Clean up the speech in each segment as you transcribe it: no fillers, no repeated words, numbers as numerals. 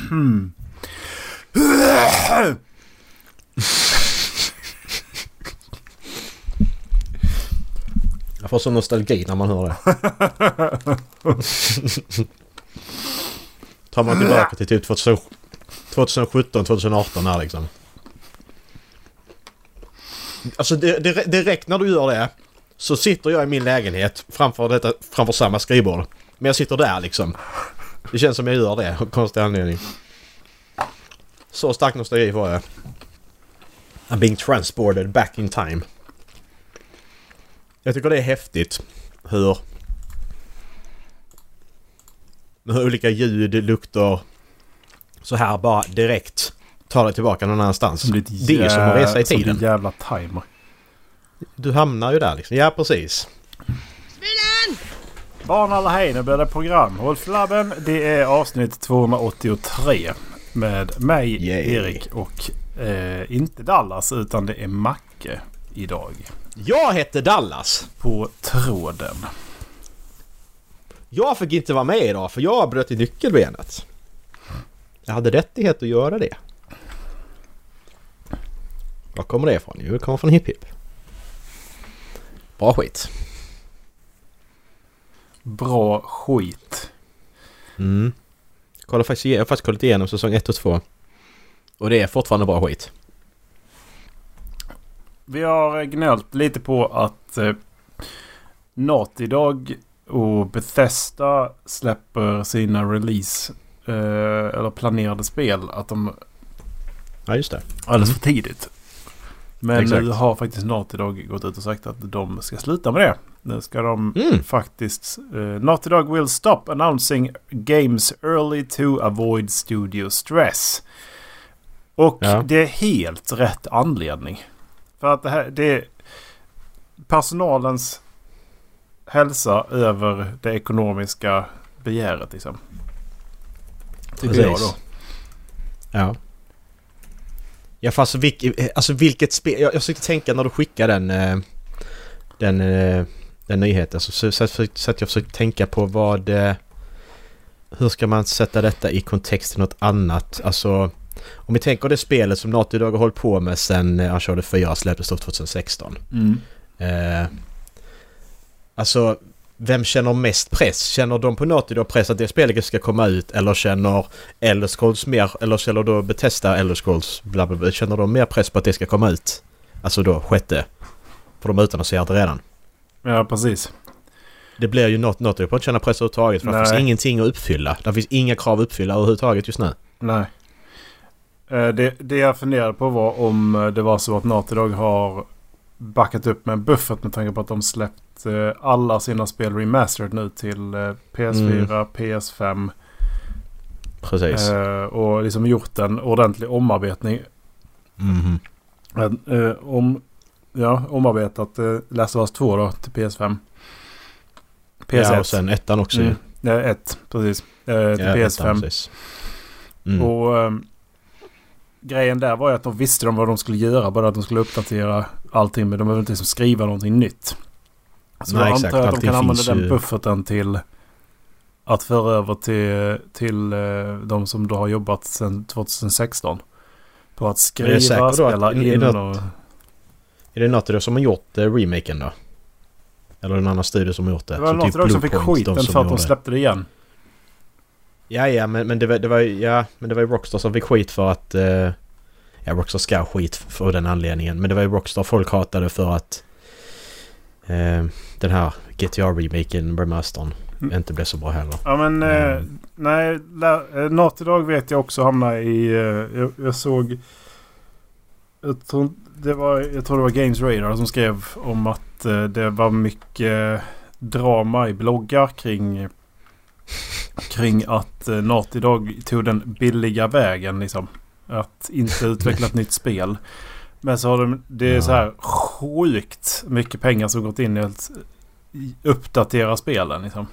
Jag får så nostalgi när man hör det. Tar man tillbaka till typ 2017, 2018 här liksom. Alltså direkt när du gör det så sitter jag i min lägenhet framför samma skrivbord. Men jag sitter där liksom. Det känns som jag gör det av konstig anledning. Så stark nostalgi var jag. I'm being transported back in time. Jag tycker det är häftigt hur olika ljud, lukter så här bara direkt tar det tillbaka någon annanstans. Det är som att resa i tiden. Som en jävla timer. Du hamnar ju där liksom. Ja, precis. Smilan! Barn alla hej, nu blir det program. Håll flabben, det är avsnitt 283 med mig, Erik, och inte Dallas utan det är Macke idag. Jag heter Dallas. På tråden. Jag fick inte vara med idag för jag bröt i nyckelbenet. Jag hade rättighet att göra det. Var kommer det ifrån? Jo, det kommer från Hipp Hipp. Bra skit. Bra skit. Jag har faktiskt kollat igenom säsong 1 och 2. Och det är fortfarande bra skit. Vi har gnällt lite på att Naughty Dog och Bethesda släpper sina release eller planerade spel att de just det. Alldeles för tidigt. Men Exakt. nu har faktiskt Naughty Dog gått ut och sagt att de ska sluta med det. Nu ska de faktiskt Naughty Dog will stop announcing games early to avoid studio stress. Och det är helt rätt anledning. För att det är personalens hälsa över det ekonomiska begäret liksom. Tycker jag då. Ja. Ja, fast vilket spel... Jag försökte tänka när du skickade den nyheten så jag försökte tänka på hur ska man sätta detta i kontext till något annat? Alltså, om vi tänker det spelet som Naughty Dog har hållit på med sen Uncharted 4 släpptes 2016. Alltså, vem känner mest press? Känner de på Naughty Dog press att det spelet ska komma ut? Eller känner Elder Scrolls mer? Eller känner då Bethesda Elder Scrolls bla bla bla? Känner de mer press på att det ska komma ut? Alltså då, 6:e. För de utan att se det redan. Ja, precis. Det blir ju Naughty Dog på att känna press överhuvudtaget. För det finns ingenting att uppfylla. Det finns inga krav att uppfylla överhuvudtaget just nu. Nej. Det jag funderade på var om det var så att Naughty Dog har backat upp med en buffert med tanke på att de släppt alla sina spel remastered nu till PS4, PS5. Precis. Och liksom gjort en ordentlig omarbetning. Omarbetat Last of Us 2 då till PS5. PS1. Ja, och sen ettan också. Ja, 1, precis. Till PS5. Precis. Och grejen där var ju att de visste vad de skulle göra. Bara att de skulle uppdatera allting. Men de behöver inte liksom skriva någonting nytt. Så jag antar att de kan använda den bufferten till att föra över till de som då har jobbat sedan 2016. På att skriva, spela in och... Är det något som har gjort remaken då? Eller en annan studio som har gjort det? Det var något typ som fick skiten för att de släppte det igen. Ja, men det var ju Rockstar som fick skit för att... Rockstar ska skit för den anledningen. Men det var ju Rockstar folk hatade för att den här GTA-remaken, remastern, inte blev så bra heller. Ja, men nej, Naughty Dog vet jag också hamnar i... Jag såg... Jag tror det var Games Radar som skrev om att det var mycket drama i bloggar kring att Naughty Dog tog den billiga vägen liksom. Att inte utveckla ett nytt spel. Men så har det är så här sjukt mycket pengar som gått in i att uppdatera spelen liksom.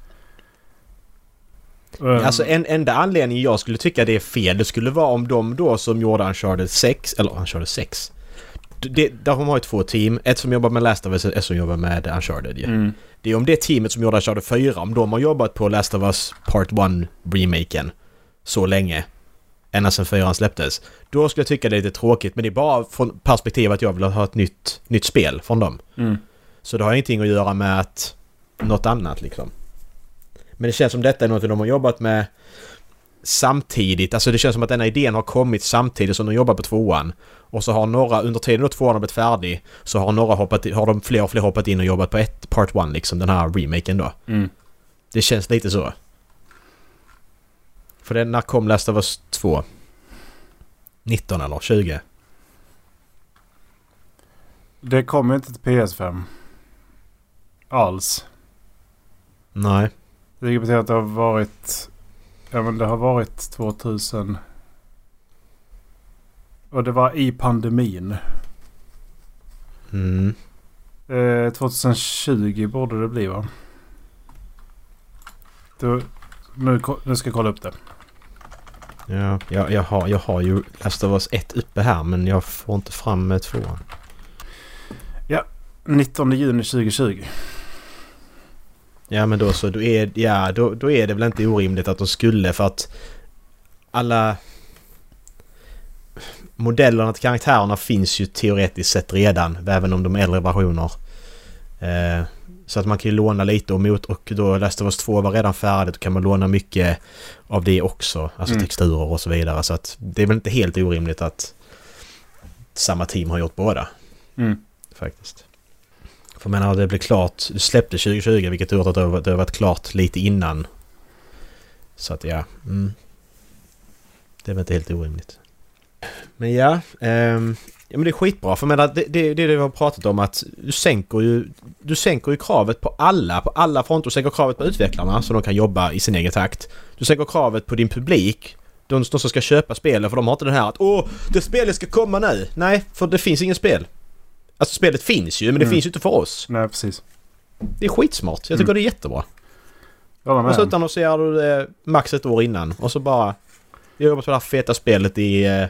Alltså enda anledningen jag skulle tycka det är fel, det skulle vara om de då som gjorde Uncharted 6 eller Uncharted 6. Där de har ju 2 team. Ett som jobbar med Last of Us, ett som jobbar med Uncharted. Ja. Det är om det teamet som gjorde Uncharted 4, om de har jobbat på Last of Us Part 1 remaken så länge ända sedan 4 släpptes. Då skulle jag tycka det är lite tråkigt, men det är bara från perspektiv att jag vill ha ett nytt spel från dem. Så det har ingenting att göra med att något annat liksom. Men det känns som detta är något de har jobbat med samtidigt. Alltså det känns som att den här idén har kommit samtidigt som de jobbar på 2:an. Och så har några, under tiden då 2:an har blivit färdig, så har de fler och fler hoppat in och jobbat på Part 1 liksom, den här remaken då. Det känns lite så. För den när kom Last of Us 2? 19 eller 20? Det kom ju inte till PS5. Alls. Nej. Det betyder att det har varit... Ja, men det har varit 2000... Och det var i pandemin. 2020 borde det bli, va? Nu ska jag kolla upp det. Ja, jag har ju Last of Us 1 uppe här, men jag får inte fram 2:an. Ja, 19 juni 2020. Ja, men då är det väl inte orimligt att de skulle, för att alla modellerna till karaktärerna finns ju teoretiskt sett redan, även om de äldre versioner. Så att man kan ju låna lite och då Last of Us 2 var redan färdigt, då kan man låna mycket av det också. Alltså texturer och så vidare. Så att det är väl inte helt orimligt att samma team har gjort båda. Faktiskt. För jag menar, det blev klart, det släppte 2020, vilket gjort att det har varit klart lite innan. Så att ja. Det är väl inte helt orimligt. Men ja, men det är skitbra, för jag menar, det vi har pratat om, att du sänker ju kravet på alla fronter. Du sänker kravet på utvecklarna så de kan jobba i sin egen takt. Du sänker kravet på din publik, de som ska köpa spelet, för de har inte den här att det spelet ska komma nu. Nej, för det finns ingen spel. Alltså spelet finns ju, men det finns ju inte för oss. Nej, precis. Det är skitsmart. Jag tycker det är jättebra. Och så utannonserar du det max ett år innan, och så bara jag jobbar på det här feta spelet i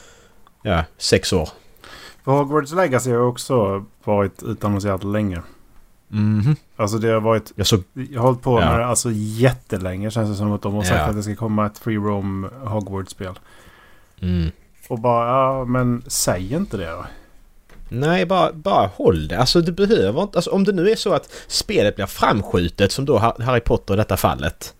6 år. För Hogwarts Legacy har också varit utannonserat länge. Alltså det har varit... Jag har hållit på med det alltså jättelänge. Känns det som att de har sagt att det ska komma ett free roam Hogwarts-spel. Och bara, men säg inte det då. Nej, bara håll det. Alltså du behöver inte... Alltså om det nu är så att spelet blir framskjutet, som då Harry Potter i detta fallet.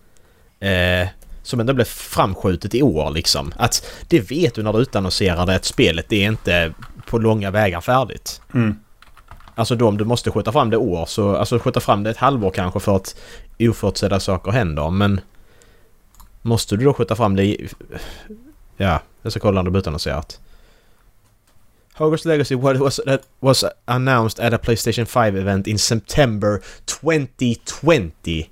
Som ändå blev framskjutet i år liksom. Att det vet du när du utannonserar det, att spelet är inte på långa vägar färdigt. Alltså då om du måste skjuta fram det år, så alltså skjuta fram det ett halvår kanske för att oförutsedda saker händer, men måste du då skjuta fram det i... Ja, jag ska kolla när du utannonserat. Hogwarts Legacy was announced at a PlayStation 5 event in September 2020.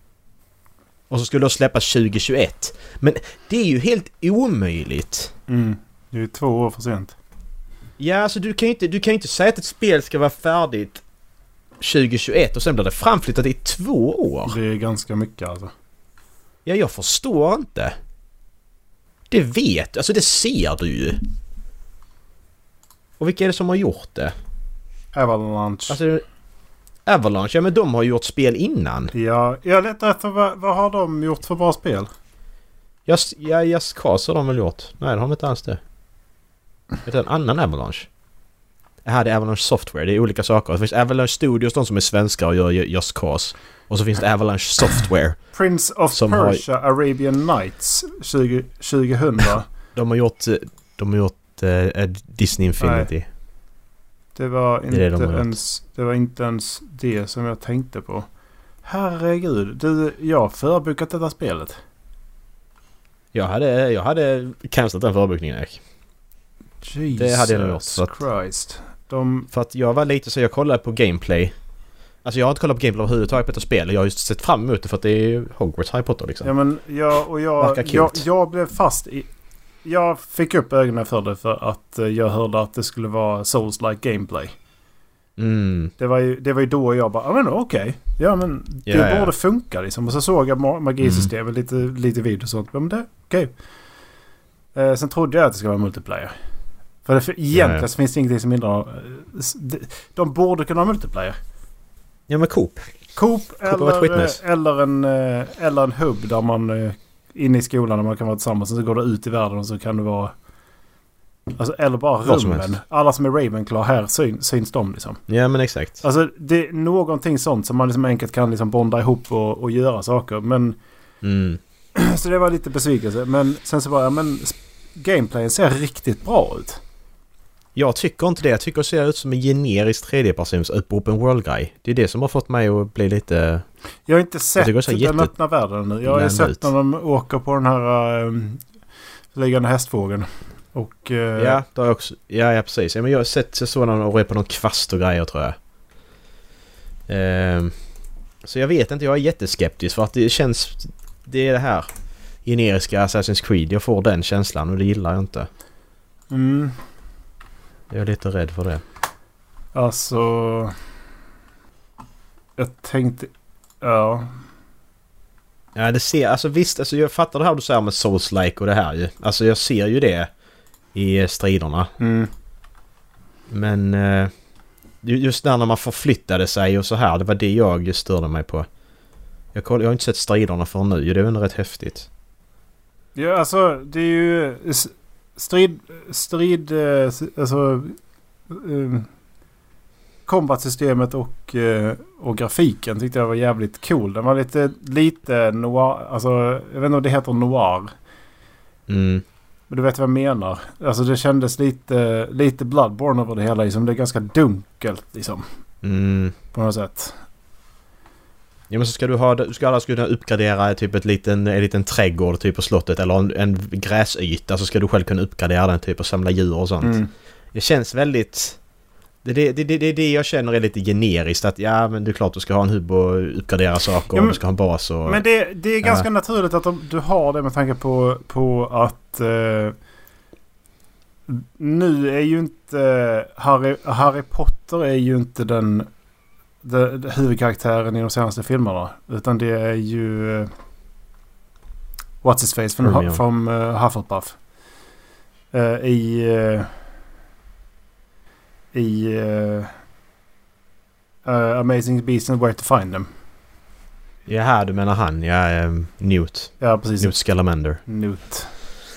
Och så skulle det släppas 2021. Men det är ju helt omöjligt. Det är ju 2 år för sent. Ja, alltså du kan ju inte säga att ett spel ska vara färdigt 2021 och sen blir det framflyttat i 2 år. Det är ganska mycket alltså. Ja, jag förstår inte. Det vet, alltså det ser du ju. Och vilka är det som har gjort det? Avalanche. Alltså, Avalanche, ja men de har gjort spel innan. Ja, jag letar efter vad har de gjort för bra spel? Just Cause har de väl gjort? Nej, de har inte alls det. Det är en annan Avalanche. Det här är Avalanche Software, det är olika saker. Det finns Avalanche Studios, de som är svenskar och gör Just Cause. Och så finns det Avalanche Software. Prince of Persia, Arabian Nights 2000. De har gjort Disney Infinity. Nej. Det var inte ens det som jag tänkte på. Herregud, jag förbokat detta spelet. Jag hade cancelat den förbokningen, Erik. Jesus det hade jag nog gjort. Christ. För att jag var lite så jag kollade på gameplay. Alltså jag har inte kollat på gameplay överhuvudtaget på detta spel. Jag har just sett fram emot det för att det är Hogwarts Harry Potter liksom. Ja, men jag blev fast i... Jag fick upp ögonen för det för att jag hörde att det skulle vara Souls-like gameplay. Det var ju då jag bara, men okej. Ja, men det borde funka liksom. Och så såg jag magisystemet, lite video och sånt. Men det okej. Sen trodde jag att det skulle vara multiplayer. För egentligen så finns det ingenting som hindrar... De borde kunna ha multiplayer. Ja, men Coop eller en hubb där man inne i skolan och man kan vara tillsammans. Och så går du ut i världen och så kan du vara... Alltså, eller bara rummen. Alla som är Ravenclaw här syns de liksom. Ja, men exakt. Alltså det är någonting sånt som man liksom enkelt kan liksom bonda ihop och göra saker. Men... Så det var lite besvikelse. Men sen så bara, men gameplayen ser riktigt bra ut. Jag tycker inte det. Jag tycker det ser ut som en generisk 3D-persons open world-grej. Det är det som har fått mig att bli lite... Jag har inte sett den öppna världen nu. Jag har sett när de åker på den här liggande hästfågeln. Och, ja, det har jag också. Ja, precis. Men jag har sett sådana och på någon kvast och grejer, tror jag. Så jag vet inte. Jag är jätteskeptisk för att det känns... Det är det här generiska Assassin's Creed. Jag får den känslan och det gillar jag inte. Jag är lite rädd för det. Alltså... Jag tänkte... Ja... Ja, det ser... Alltså visst, alltså, jag fattar det här du säger med Souls-like och det här ju. Alltså jag ser ju det i striderna. Men... just när man förflyttade sig och så här, det var det jag störde mig på. Jag har inte sett striderna för nu. Det är väl rätt häftigt. Ja, alltså det är ju... Strid alltså kombatsystemet och grafiken tyckte jag var jävligt cool. Den var lite noir, alltså jag vet inte om det heter noir. Men du vet vad jag menar. Alltså det kändes lite Bloodborne över det hela liksom. Det är ganska dunkelt liksom. På något sätt. Ja, men så ska du ska alla kunna uppgradera typ en liten trädgård typ på slottet eller en gräsyta, så ska du själv kunna uppgradera den typ och samla djur och sånt. Det känns väldigt... Det är det jag känner är lite generiskt, att ja, men det är klart du ska ha en hub och uppgradera saker, och du ska ha en bas och... Men det är ganska naturligt att du har det med tanke på att nu är ju inte Harry Potter är ju inte den huvudkaraktären i de senaste filmerna, utan det är ju What's His Face från Hufflepuff i Amazing Beasts and Where to Find Them. Ja, här du menar han, Newt. Ja, precis. Newt Scamander. Newt,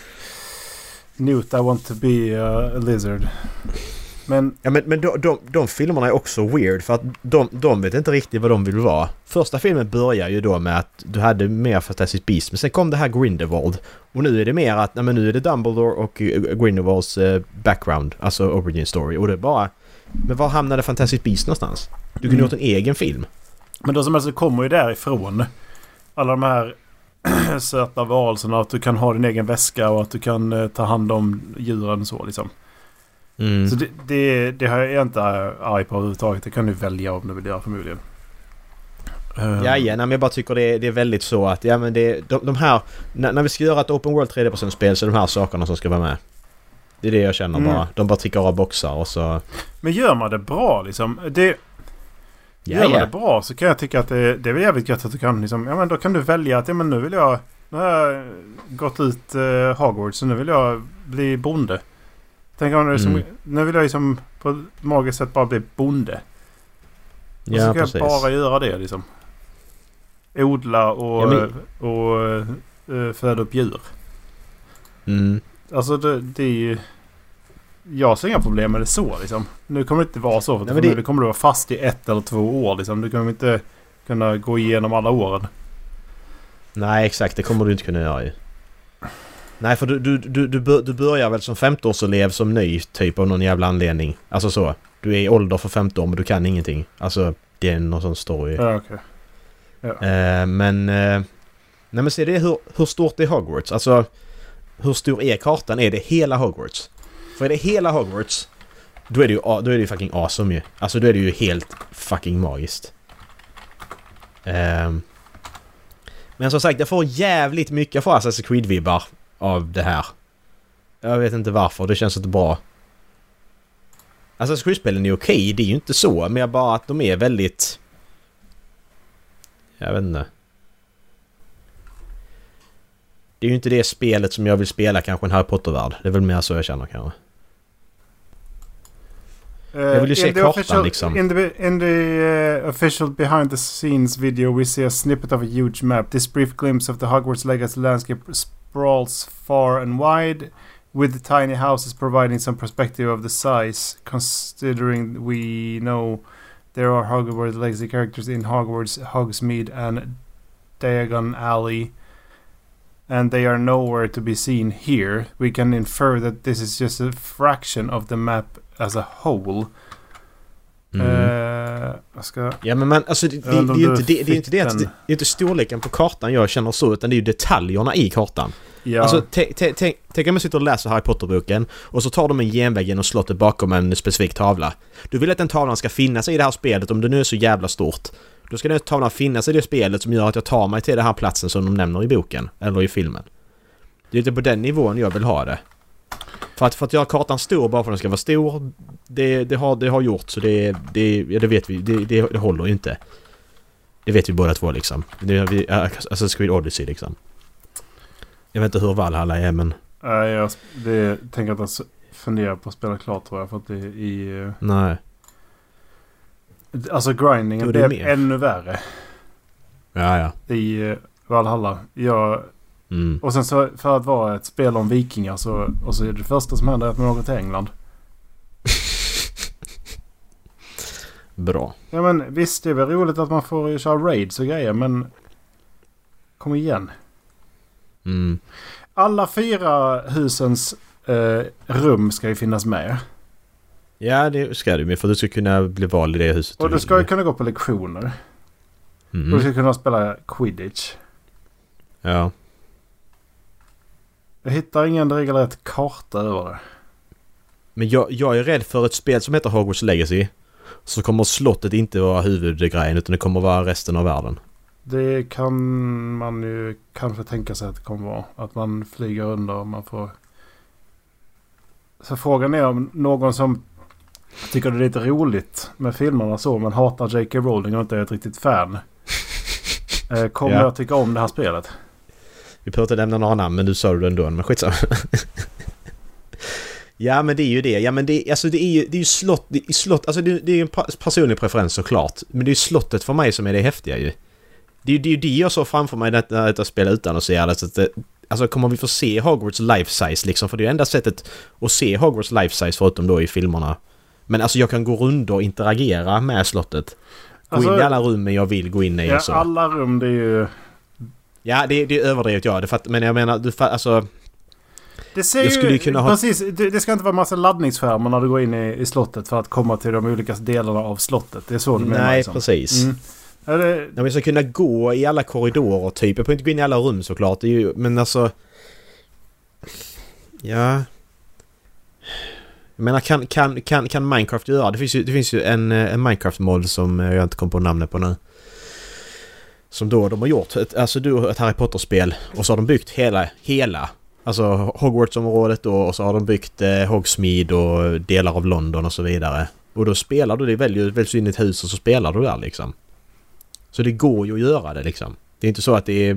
I want to be a lizard. Men de filmerna är också weird, för att de vet inte riktigt vad de vill vara. Första filmen börjar ju då med att du hade mer Fantastic Beasts, men sen kom det här Grindelwald. Och nu är det mer att nu är det Dumbledore och Grindelwalds background, alltså origin story. Och det är bara, men var hamnade Fantastic Beasts någonstans? Du kunde gjort en egen film. Men då som helst kommer ju därifrån alla de här söta varelserna, att du kan ha din egen väska och att du kan ta hand om djuren så liksom. Så det har jag inte arg på överhuvudtaget. Det kan du välja om du vill göra förmodligen. Men jag bara tycker det är väldigt så att men de här, när vi ska göra ett open world 3D-spel, så är de här sakerna som ska vara med. Det är det jag känner bara. De bara tickar av boxar och så... Men gör man det bra liksom? Gör man det bra så kan jag tycka att det är väl jävligt gött att du kan liksom, men då kan du välja att nu har jag gått ut Hogwarts, så nu vill jag bli bonde. Tänk om nu vill jag liksom på magiskt sätt bara bli bonde. Och så ska jag bara göra det liksom. Odla och föda upp djur. Alltså det är ju... Jag ser inga problem med det så liksom. Nu kommer det inte vara så, för nu kommer du vara fast i 1 eller 2 år liksom. Du kommer inte kunna gå igenom alla åren. Nej, exakt. Det kommer du inte kunna göra ju. Nej, för du börjar väl som 15-årselev som ny typ av någon jävla anledning. Alltså så. Du är i ålder för 15 men du kan ingenting. Alltså det är någon sån story. Ja, okej. Ja. Men se det hur stort är Hogwarts? Alltså hur stor är kartan? Är det hela Hogwarts? För är det hela Hogwarts, då är det ju fucking awesome ju. Alltså då är det ju helt fucking magiskt. Men som sagt, jag får jävligt mycket för Assassin's Creed-vibbar av det här. Jag vet inte varför, det känns inte bra. Assassin's Creed-spelen är okej, det är ju inte så. Men bara att de är väldigt... Jag vet inte. Det är ju inte det spelet som jag vill spela, kanske en Harry Potter-värld. Det är väl mer så jag känner kanske. Jag vill ju se kartan liksom. In the official behind the scenes video we see a snippet of a huge map. This brief glimpse of the Hogwarts Legacy landscape sprawls far and wide, with the tiny houses providing some perspective of the size, considering we know there are Hogwarts Legacy characters in Hogwarts, Hogsmeade and Diagon Alley, and they are nowhere to be seen here. We can infer that this is just a fraction of the map as a whole. Ja men alltså det är inte storleken på kartan jag känner så, utan det är ju detaljerna i kartan. Ja. Alltså tänk om man sitter och läser Harry Potter-boken och så tar de en genväg genom slottet bakom en specifik tavla. Du vill att den tavlan ska finnas i det här spelet, om det nu är så jävla stort. Då ska den tavlan finnas i det spelet som gör att jag tar mig till den här platsen som de nämner i boken eller i filmen. Det är inte på den nivån jag vill ha det. För att göra kartan stor bara för att den ska vara stor, det har gjort, så det vet vi, det håller inte. Det vet vi båda två liksom. Alltså Creed Odyssey liksom. Jag vet inte hur Valhalla är, men... Jag tänker att jag funderar på att spela klart, tror jag, för att det är... Nej. Alltså grindingen blev ännu värre. Ja. I Valhalla. Och sen så, för att vara ett spel om vikingar, och så är det första som händer att man åker till England. Bra. Ja men visst, det är väl roligt att man får köra raids och grejer, men kom igen. Alla 4 husens rum ska ju finnas med. Ja, det ska du med, för att du ska kunna bli vald i det huset. Och du ska ju kunna gå på lektioner. Och du ska kunna spela Quidditch. Ja. Jag hittar ingen regelrätt karta över det. Men jag är rädd för ett spel som heter Hogwarts Legacy. Så kommer slottet inte vara huvudgrejen, utan det kommer vara resten av världen. Det kan man ju kanske tänka sig att det kommer vara. Att man flyger under och man får... Så frågan är om någon som tycker det är lite roligt med filmerna så, men hatar J.K. Rowling och inte är ett riktigt fan. Kommer jag tycka om det här spelet? Vi behöver inte nämna några namn, men du sa det ändå, men skitsamma. Ja, men det är ju det. Ja, men det är ju slott, alltså det är ju en personlig preferens såklart. Men det är ju slottet för mig som är det häftiga ju. Det är ju det jag såg framför mig när jag spelar utan att se alls. Alltså kommer vi få se Hogwarts life size liksom? För det är ju enda sättet att se Hogwarts life size förutom då i filmerna. Men alltså jag kan gå runt och interagera med slottet. Gå in i alla rummen jag vill gå in i. Ja, alla rum, det är ju... Ja, det är överdrivet, ja. Men jag menar, alltså... Det ser ju kunna precis, det ska inte vara massa laddningsskärmar när du går in i slottet för att komma till de olika delarna av slottet. Det är så du menar. Nej, liksom. Precis. Vi ska kunna gå i alla korridorer typ. Jag får inte gå in i alla rum såklart. Det är ju, men alltså... Ja... Jag menar, kan Minecraft göra? Det finns ju en Minecraft-mod som jag inte kom på namnet på nu. Som då de har gjort ett Harry Potter-spel. Och så har de byggt hela alltså Hogwarts-området då, och så har de byggt Hogsmeade och delar av London och så vidare. Och då spelar du det väldigt in i ett hus och så spelar du där liksom. Så det går ju att göra det liksom. Det är inte så att det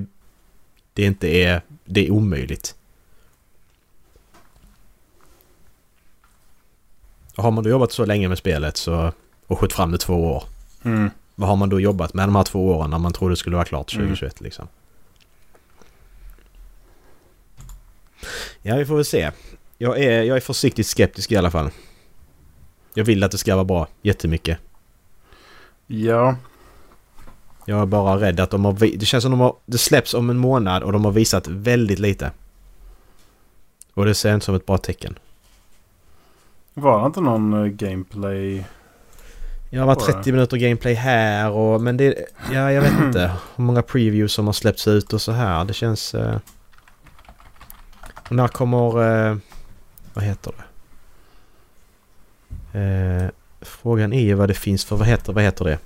är omöjligt. Och har man då jobbat så länge med spelet så, och skjutit fram det 2 år. Vad har man då jobbat med de här 2 åren när man trodde det skulle vara klart 2021 liksom? Ja, vi får väl se. Jag är försiktigt skeptisk i alla fall. Jag vill att det ska vara bra jättemycket. Ja. Jag är bara rädd att det känns som det släpps om en månad och de har visat väldigt lite. Och det ser inte som ett bra tecken. Var det inte någon gameplay? Jag var 30 minuter gameplay här men det, jag vet inte hur många previews som har släppts ut och så här. Det känns när kommer vad heter det? Frågan är ju vad det finns för vad heter det?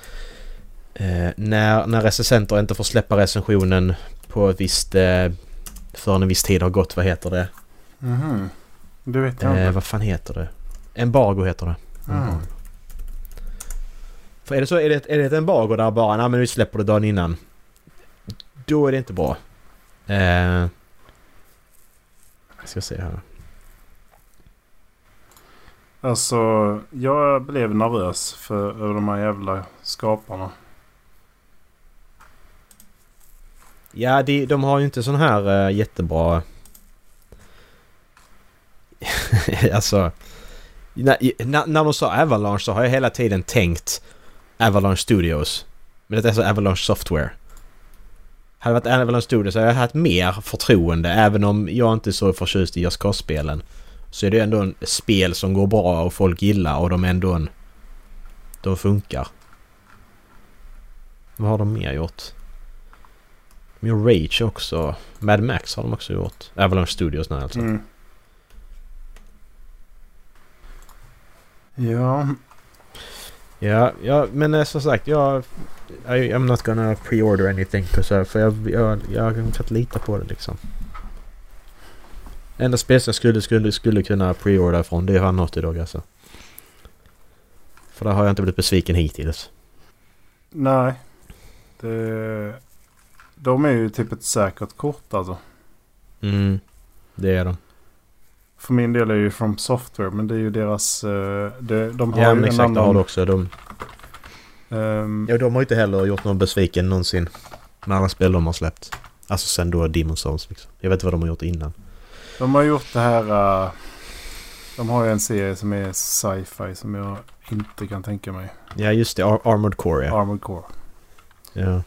När recensenter inte får släppa recensionen på ett visst förrän en viss tid har gått, vad heter det? Du vet inte. Vad fan heter det? Embargo heter det. För är det så, är det ett embargo där bara, nej men vi släpper det dagen innan. Då är det inte bra. Jag ska se här. Alltså, jag blev nervös för de här jävla skaparna. Ja, de har ju inte sån här jättebra... alltså... När de sa Avalanche så har jag hela tiden tänkt Avalanche Studios. Men det är så Avalanche Software. Hade det varit Avalanche Studios så hade jag haft mer förtroende. Även om jag inte är så förtjust i Just Cause-spelen. Så är det ändå en spel som går bra och folk gillar. Och de funkar. Vad har de mer gjort? De gör Rage också. Mad Max har de också gjort. Avalanche Studios nu alltså. Mm. Ja. Ja, men som sagt, I'm not gonna pre-order anything. För jag kan inte lita på det liksom. Enda spel jag skulle kunna pre-order från, det har något idag alltså. För där har jag inte blivit besviken hittills. Nej. De är ju typ ett säkert kort alltså. Det är de. För min del är det ju From Software, men det är ju deras... de har ja, ju men en exakt, annan... det har de också. De har ju inte heller gjort någon besviken någonsin med alla spel de har släppt. Alltså sen då Demon's Souls liksom. Jag vet inte vad de har gjort innan. De har gjort det här... de har ju en serie som är sci-fi som jag inte kan tänka mig. Ja, just det. Armored Core, ja. Armored Core. Ja.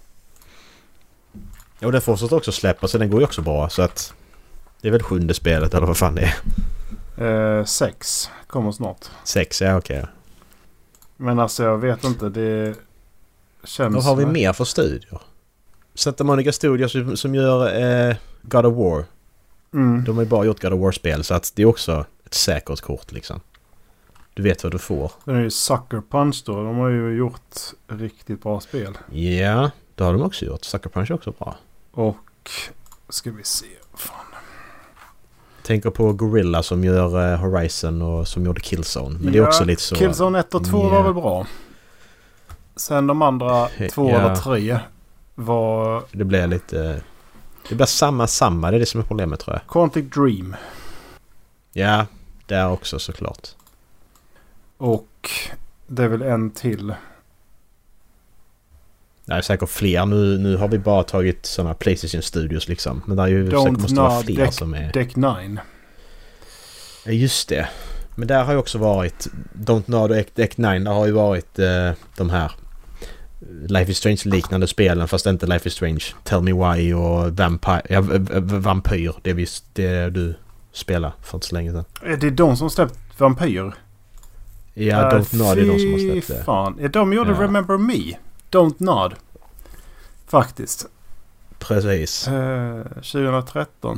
Ja, och den fortsätter också släppa, så den går ju också bra. Så att det är väl 7:e spelet, eller vad fan det är. 6 kommer snart. 6, ja okej. Men alltså jag vet inte, det känns... Då har vi mer för studier. Santa Monica Studios som gör God of War. De har ju bara gjort God of War-spel, så att det är också ett säkert kort liksom. Du vet vad du får. Det är ju Sucker Punch då. De har ju gjort riktigt bra spel. Ja, det har de också gjort. Sucker Punch är också bra. Och ska vi se. Fan. Tänker på Gorilla som gör Horizon och som gjorde Killzone. Men det är också lite så... Killzone 1 och 2 var väl bra. Sen de andra 2 eller 3 var... Det blir lite... Det blir samma. Det är det som är problemet, tror jag. Quantic Dream. Ja, det är också såklart. Och det är väl en till. Det är säkert fler. Nu har vi bara tagit sådana PlayStation Studios liksom. Men det är ju säkert måste vara fler som är... Deck 9. Ja, just det. Men där har ju också varit... Don't Nod och Deck 9. Där har ju varit de här Life is Strange-liknande spelen. Fast inte Life is Strange. Tell Me Why och Vampyr. Det du spelar för inte så länge sedan. Är det de som släppt Vampyr? Ja, Don't Nod är de som har släppt det. Fan. De gjorde Remember Me. Don't Nod. Faktiskt. Precis. 2013.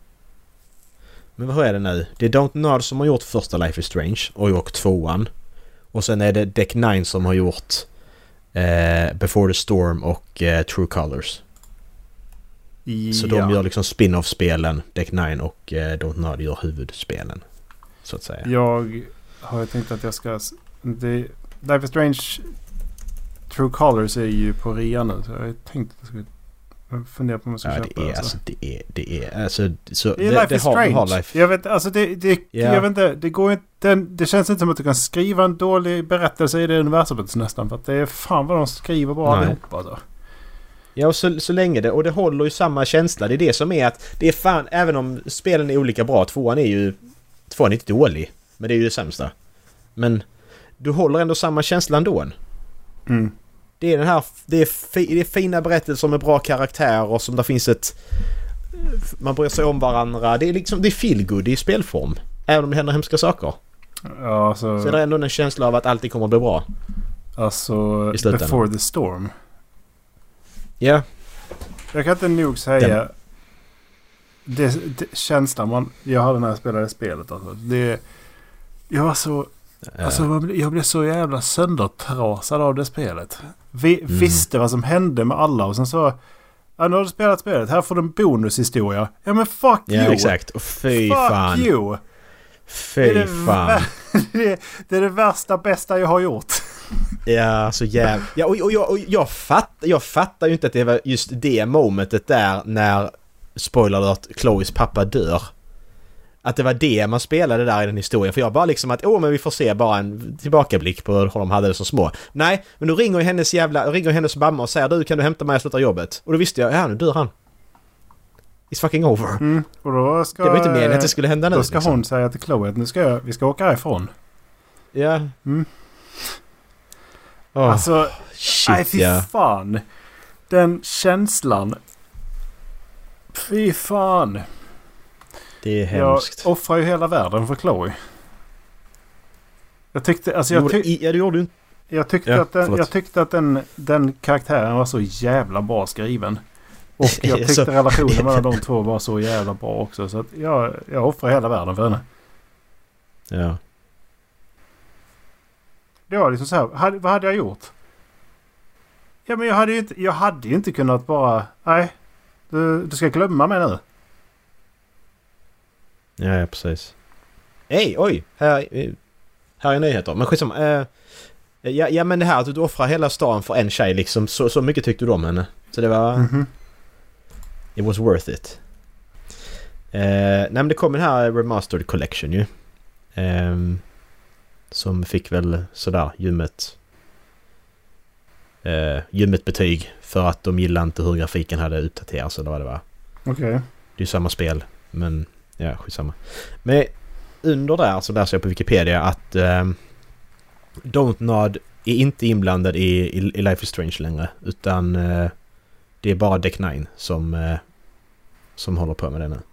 Men vad är det nu? Det är Don't Nod som har gjort första Life is Strange och gjort 2:an. Och sen är det Deck 9 som har gjort Before the Storm och True Colors. Ja. Så de gör liksom spin-off-spelen, Deck 9 och Don't Nod gör huvudspelen. Så att säga. Jag har tänkt att jag ska... Life is Strange True Colors är ju på rea nu. Så jag har tänkt att jag ska fundera på om jag ska köpa det. Alltså, det är alltså... Så det är Life is Strange. Jag vet, alltså jag vet inte, det går inte... Det känns inte som att du kan skriva en dålig berättelse i det universumet nästan. För att det är fan vad de skriver bara allihopa alltså. Ja, och så länge det... Och det håller ju samma känsla. Det är det som är att... Det är fan... Även om spelen är olika bra. 2:an är inte dålig. Men det är ju det sämsta. Men du håller ändå samma känsla ändå. Mm. Det är den här... Det är fina berättelser med bra karaktärer och som där finns ett... Man bryr sig om varandra. Det är liksom... Det är feel good i spelform. Även om det händer hemska saker. Ja, alltså... Så är det ändå en känsla av att allting kommer att bli bra. Alltså... Before the Storm. Ja. Jag kan inte nog säga... Det känslan jag hade när jag spelade spelet. Alltså. Jag var så... Alltså, jag blev så jävla söndertrasad av det spelet. Visste vad som hände med alla. Och sen så... Ja, nu har du spelat spelet. Här får du en bonushistoria. Ja, men fuck you! Ja, exakt. Och fy fan. Fuck you! Fy fan. Det är det värsta, bästa jag har gjort. Ja, så jävla... Ja, och jag fattar ju inte att det var just det momentet där när, spoiler alert, Chloes pappa dör. att det var det man spelade där i den historien. För jag bara liksom att, men vi får se bara en tillbakablick på hur de hade det så små. Nej, men då ringer hennes mamma och säger, du, kan du hämta mig och sluta jobbet? Och då visste jag, nu dör han. It's fucking over. Och då ska, det var inte meningen att det skulle hända nu. Då ska liksom hon säga till Chloe att vi ska åka härifrån. Ja. Alltså, nej fy fan. Den känslan. Fy fan. Det är hemskt. Jag offrar ju hela världen för Chloe. Jag tyckte, alltså det gjorde du inte. Jag tyckte att den karaktären var så jävla bra skriven. Och jag tyckte relationen mellan de två var så jävla bra också. Så att jag offrar hela världen för henne. Ja. Det var liksom så här, vad hade jag gjort? Ja, men jag hade ju inte kunnat bara, nej, du ska glömma mig nu. Ja, precis. Oj, här är nyheter. Men skitsamma. Ja, men det här att du offrar hela stan för en tjej liksom, så mycket tyckte du om henne. Så det var... It was worth it. Nej, men det kom den här Remastered Collection ju. Som fick väl sådär ljummet betyg för att de gillade inte hur grafiken hade uppdaterats eller vad det var. Okej. Det är ju samma spel, men ja, skitsamma. Men under där så läser jag på Wikipedia att Dontnod är inte inblandad i Life is Strange längre, utan det är bara Deck 9 som håller på med det nu.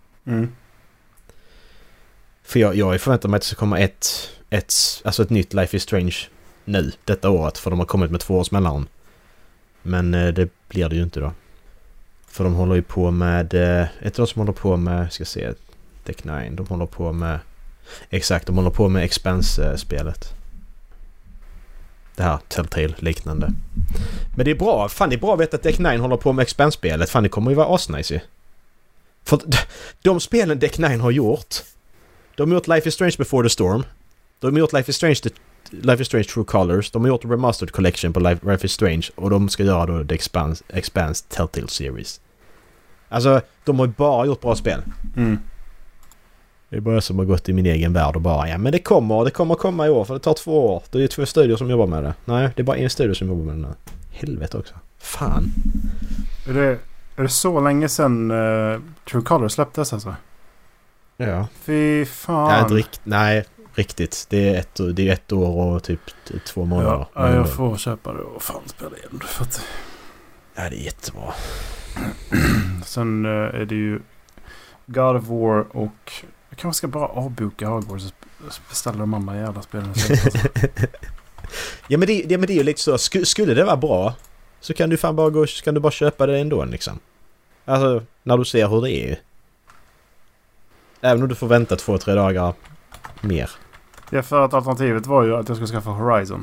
För jag förväntar mig att det ska komma ett nytt Life is Strange nu, detta året, för de har kommit med 2 års mellanrum. Men det blir det ju inte då. För de håller ju på med ett av de som håller på med, ska se, Deck 9, de håller på med Expanse-spelet. Det här Telltale liknande. Men det är bra, det är bra att veta att Deck 9 håller på med Expanse-spelet. Fan, det kommer ju vara asnice ju. För de spelen Deck 9 har gjort, de har gjort Life is Strange Before the Storm, de har gjort Life is Strange True Colors, de har gjort Remastered Collection på Life is Strange, och de ska göra då The Expanse Telltale Series. Alltså, de har ju bara gjort bra spel. Det är bara som har gått i min egen värld och bara, men det kommer komma i år, för det tar 2 år. Det är 2 studier som jobbar med det. Nej, det är bara en studio som jobbar med det nu. Helvete också. Fan. Är det så länge sedan True Colors släpptes alltså? Ja. Fy fan. Nej, riktigt. Det är 1 år och typ 2 månader. Ja, jag får köpa det och fan spela igen. För att... Ja, det är jättebra. Sen är det ju God of War och jag kanske ska bara avboka Hogwarts och beställa mamma i alla spelen. Ja, men det är ju liksom så. Skulle det vara bra så kan du fan bara köpa det ändå liksom. Alltså, när du ser hur det är. Även om du får vänta 2-3 dagar mer. Ja, för att alternativet var ju att jag skulle skaffa Horizon.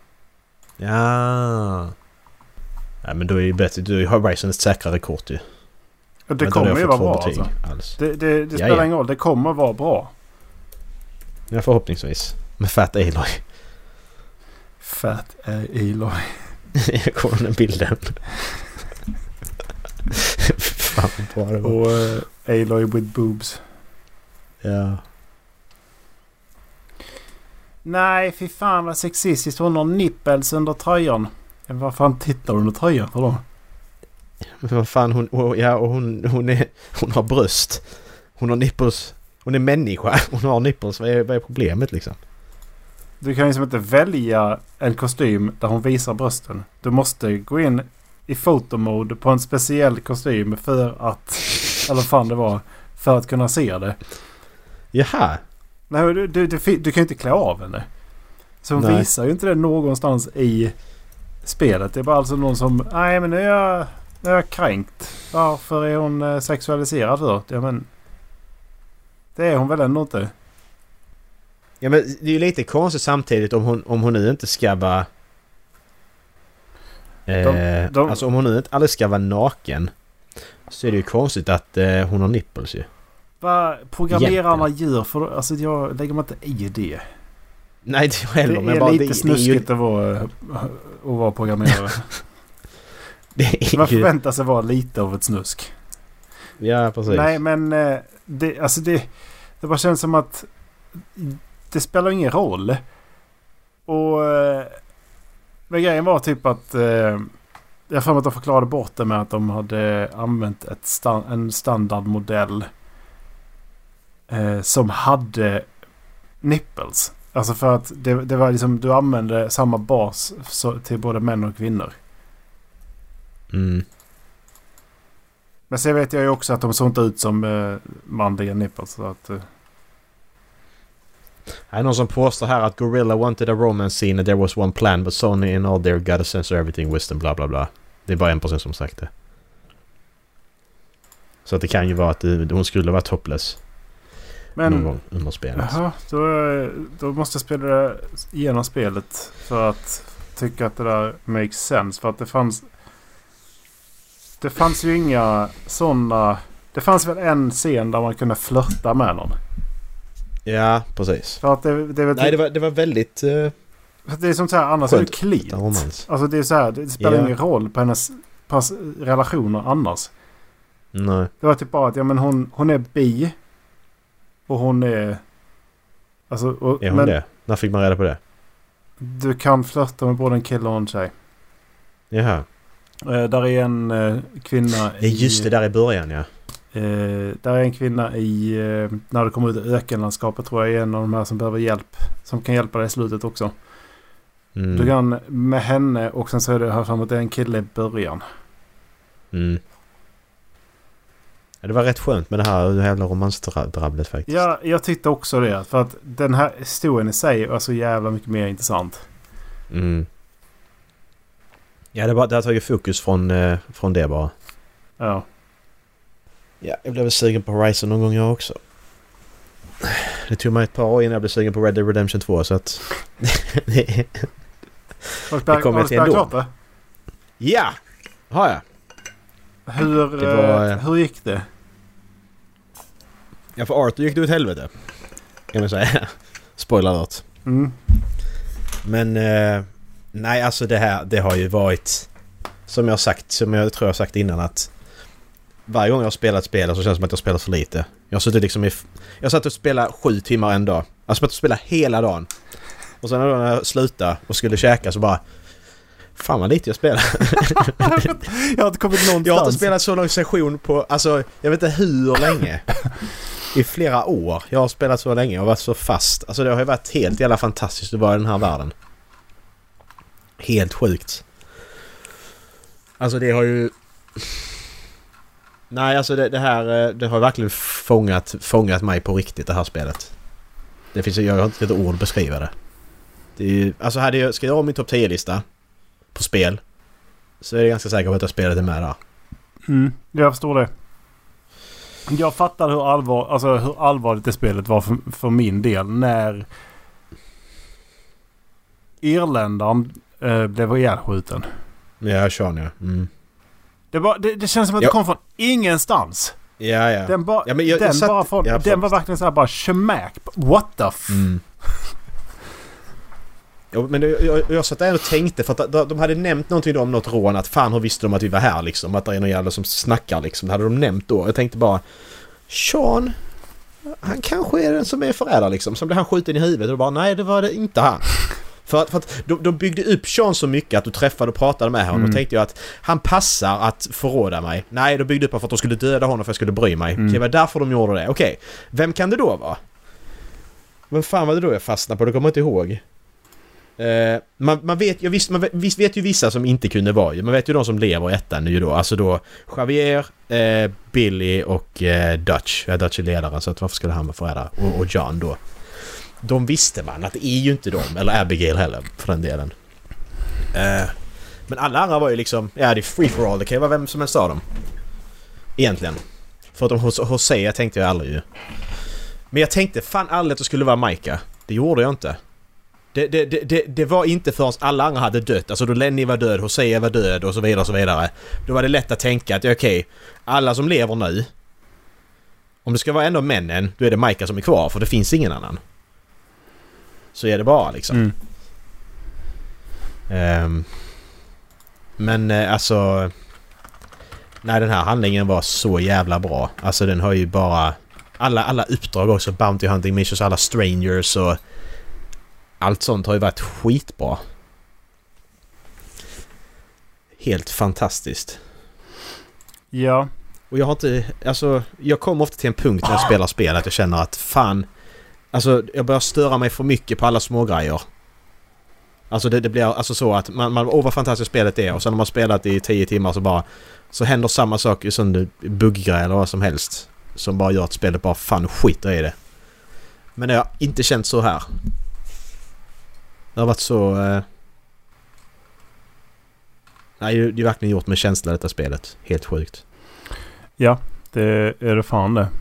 Ja. Nej, men då är ju bättre. Du har Horizon ett säkrare kort ju. Det kommer ju vara bra alltså. Det spelar ingen roll. Det kommer vara bra. Ja, förhoppningsvis. Med Fat Aloy. Fat Aloy. Jag kommer den bilden. Fan vad bra det var. Och Aloy with boobs. Ja. Nej, fy fan vad sexistiskt. Hon har nippels under tröjan. Vad fan tittar du under tröjan för då? Men vad fan, hon har bröst. Hon har nipples. Hon är människa. Hon har nipples. Vad är problemet liksom? Du kan liksom inte välja en kostym där hon visar brösten. Du måste gå in i fotomode på en speciell kostym för att, eller fan det var, för att kunna se det. Jaha. Nej, du kan ju inte klä av henne. Så hon visar ju inte det någonstans i spelet. Det är bara alltså någon som, nej men nu är jag kränkt. Varför är hon sexualiserad för? Ja, men det är hon väl ändå inte. Ja, men det är ju lite konstigt samtidigt om hon nu inte ska vara alltså om hon nu inte aldrig ska vara naken, så är det ju konstigt att hon har nipples ju. Vad programmerarna gör för, alltså jag lägger mig inte i det. Nej, det är heller, men bara lite snuskigt att vara programmerare. Man förväntar sig vara lite av ett snusk. Ja, precis. Nej, men Det bara känns som att det spelar ingen roll. Och men grejen var typ att jag får att de förklarade bort det med att de hade använt en standardmodell som hade nipples. Alltså för att det var liksom, du använde samma bas till både män och kvinnor. Mm. Men sen vet jag ju också att de såg inte ut som manliga nipples. Så att, Det är någon som påstår här att Gorilla wanted a romance scene and there was one plan but Sony in all their got to censor everything wisdom bla bla bla. Det är bara en person som sagt det. Så att det kan ju vara att hon skulle vara topless. Men någon gång under spelet. Jaha, då måste jag spela igenom spelet för att tycka att det där makes sense. För att det fanns ju inga sådana. Det fanns väl en scen där man kunde flirta med någon. Ja, precis. För att det var väldigt det är som så här, annars är det cleant. Alltså det är så här, det spelar ingen roll på hennes relationer annars. Nej. Det var typ bara att hon är bi och hon är alltså är hon det? När fick man reda på det? Du kan flirta med både en kille och en tjej. Jaha. Där är en kvinna just det där i början, ja. Där är en kvinna i när det kommer ut i ökenlandskapet, tror jag är en av de här som behöver hjälp, som kan hjälpa dig i slutet också. Du kan med henne, och sen så är det här framåt, det är en kille i början. Ja, det var rätt skönt med det här jävla romansdrabblet faktiskt. Ja, jag tyckte också det, för att den här historien i sig är så jävla mycket mer intressant. Ja, det har tagit fokus från det bara. Ja. Ja, jag blev sugen på Horizon någon gång jag också. Det tog mig ett par år innan jag blev sugen på Red Dead Redemption 2, så att det kommer jag till ändå. Ja, har jag. Hur gick det? Ja, för Arthur gick det ut helvete, kan man säga. Spoiler alert. Men nej, alltså det har ju varit, som jag tror jag har sagt innan, att varje gång jag har spelat spel så känns det som att jag spelar för lite. Jag har satt och spelat 7 timmar en dag. Jag har satt och spelat hela dagen. Och sen när jag slutade och skulle käka så bara, fan vad lite jag spelar. Jag har inte kommit någonstans. Jag har inte spelat så lång session på, alltså jag vet inte hur länge. I flera år. Jag har spelat så länge och varit så fast. Alltså det har ju varit helt jävla fantastiskt att vara i den här världen. Helt sjukt. Alltså det har ju... Nej, alltså det har verkligen fångat mig på riktigt, det här spelet. Det finns, jag har inte ett ord att beskriva det. Det är ju, alltså ska jag ha min topp 10-lista på spel, så är jag ganska säker på att jag spelet är med där. Jag förstår det. Jag fattar hur allvarligt det spelet var för min del när irländaren blev ihjälskjuten. Ja, Sean, ja. Det känns som att det kom från ingenstans. Ja. Den var verkligen så här bara schmack. What the Ja, men jag satt där och tänkte, för att de hade nämnt någonting om något rån, att fan, hur visste de att vi var här liksom, att det är någon jävla som snackar liksom. Det hade de nämnt då. Jag tänkte bara, Sean, han kanske är den som är förrädare liksom. Så blev han skjuten i huvudet och bara, nej, det var det inte han. För att de byggde upp Sean så mycket att du träffade och pratade med honom. Då tänkte jag att han passar att förråda mig. Nej, de byggde upp för att de skulle döda honom för att jag skulle bry mig. Det var därför de gjorde det. Okej, vem kan det då vara? Vem fan var det då jag fastnade på? Det kommer jag inte ihåg. Man vet ju vissa som inte kunde vara. Man vet ju de som lever i ettan nu då. Alltså då Javier, Billy och Dutch. Dutch är ledaren, så att varför skulle han vara förrädare? Och John då. De visste man att det är ju inte dem, eller Abigail heller för den delen. Men alla andra var ju liksom, ja, det är free for all, det kan ju vara vem som helst av dem. Egentligen. För att Hosea tänkte jag aldrig ju. Men jag tänkte fan aldrig att det skulle vara Micah. Det gjorde jag inte. Det var inte förrän alla andra hade dött. Alltså då Lenny var död, Hosea var död och så vidare och så vidare. Då var det lätt att tänka att okej, alla som lever nu, om det ska vara en av männen, då är det Micah som är kvar, för det finns ingen annan. Så är det bara liksom. Men alltså, nej, den här handlingen var så jävla bra. Alltså den har ju bara alla uppdrag också. Bounty Hunting Missions, alla Strangers och allt sånt har ju varit skitbra. Helt fantastiskt. Ja. Och jag har inte... Alltså, jag kommer ofta till en punkt när jag spelar spel att jag känner att fan... Alltså, jag börjar störa mig för mycket på alla små grejer. Alltså, det blir alltså så att man vad fantastiskt spelet är. Och sen när man spelat i 10 timmar så bara... Så händer samma sak som bugggrejer eller vad som helst. Som bara gör att spelet bara fan skiter i det. Men det har inte känt så här. Det har varit så... Nej, det är verkligen gjort med känsla detta spelet. Helt sjukt. Ja, det är det fan det.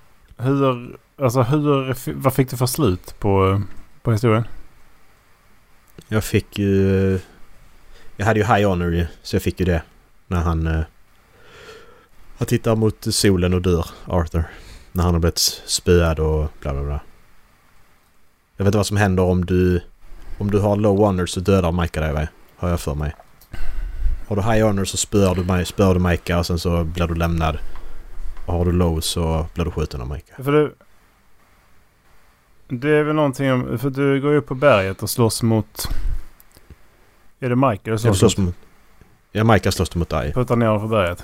Vad fick du för slut på historien? Jag fick ju... Jag hade ju High Honor ju, så jag fick ju det. När han tittar mot solen och dör, Arthur. När han har blivit spöad och bla bla bla. Jag vet inte vad som händer om du har low honor så dödar Micah dig, har jag för mig. Har du high honor så spör du Micah och sen så blir du lämnad. Och har du low så blir du skjuten av Micah. För det är väl någonting om... För du går ju upp på berget och slåss mot... Är det Micah som slåss mot? Ja, Micah slåss mot dig. Puttar ner på berget.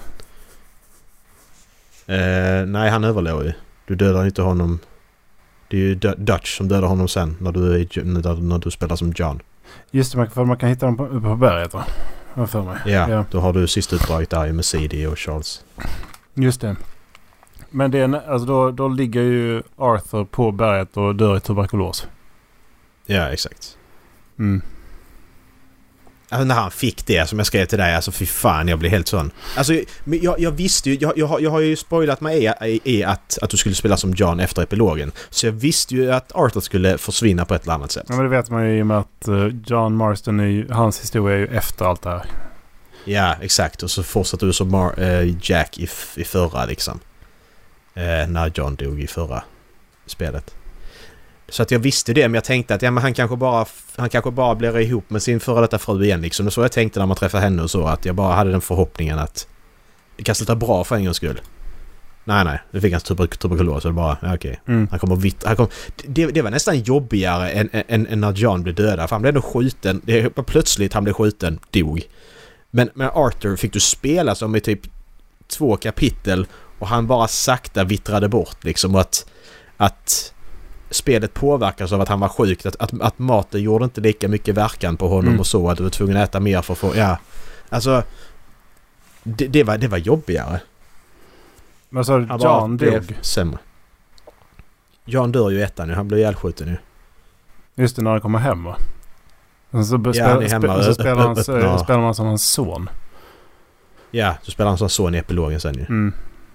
Nej, han överlever ju. Du dödar inte honom. Det är ju Dutch som dödar honom sen när du spelar som John. Just det, för man kan hitta dem på berget då. För mig. Ja, då har du sista utdraget där med CD och Charles. Just det. Men det är, alltså då ligger ju Arthur på berget och dör i tuberkulos. Ja, exakt. Mm. Alltså när han fick det som jag skrev till dig, alltså fy fan, jag blev helt sån. Alltså jag visste ju, jag har ju spoilat mig i att du skulle spela som John efter epilogen. Så jag visste ju att Arthur skulle försvinna på ett eller annat sätt. Ja, men det vet man ju i och med att John Marston, hans historia är ju efter allt det här. Ja, exakt. Och så fortsatte du som Jack i förra liksom. När John dog i förra spelet. Så att jag visste det, men jag tänkte att men han kanske bara blir ihop med sin före detta fru igen liksom. Det så jag tänkte när man träffade henne och så, att jag bara hade den förhoppningen att det kan sluta bra för en gångs skull. Nej, det fick hans tuberkulos så det bara, okej. Mm. Det var nästan jobbigare än när John blev dödad. För han blev ändå skjuten, plötsligt han blev skjuten, dog. Men Arthur fick du spela som i typ 2 kapitel och han bara sakta vittrade bort liksom, och att spelet påverkas av att han var sjuk, att maten gjorde inte lika mycket verkan på honom och så, att du var tvungen att äta mer för att få, alltså det var jobbigare. Men så John dog sämre. John dör ju ettan nu, han blev ihjälskjuten nu. Just det, när han kommer hem va? Och så spelar man som hans son. Ja, så spelar han som son i epilogen sen ju.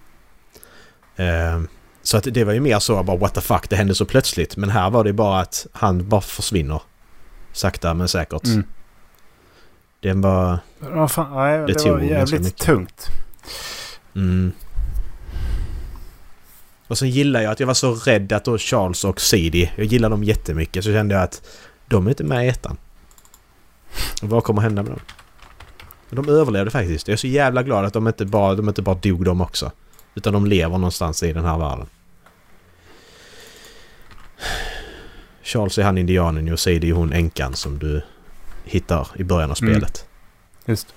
Så att det var ju mer så bara what the fuck, det hände så plötsligt. Men här var det bara att han bara försvinner. Sakta men säkert. Den var... Ja, fan, nej, det var jävligt tungt. Och så gillar jag att jag var så rädd att då Charles och CD, jag gillar dem jättemycket. Så kände jag att de är inte med i ettan. Och vad kommer hända med dem? De överlevde faktiskt. Jag är så jävla glad att de inte bara dog dem också. Utan de lever någonstans i den här världen. Charles är han indianen och säger det är hon änkan som du hittar i början av spelet. Just.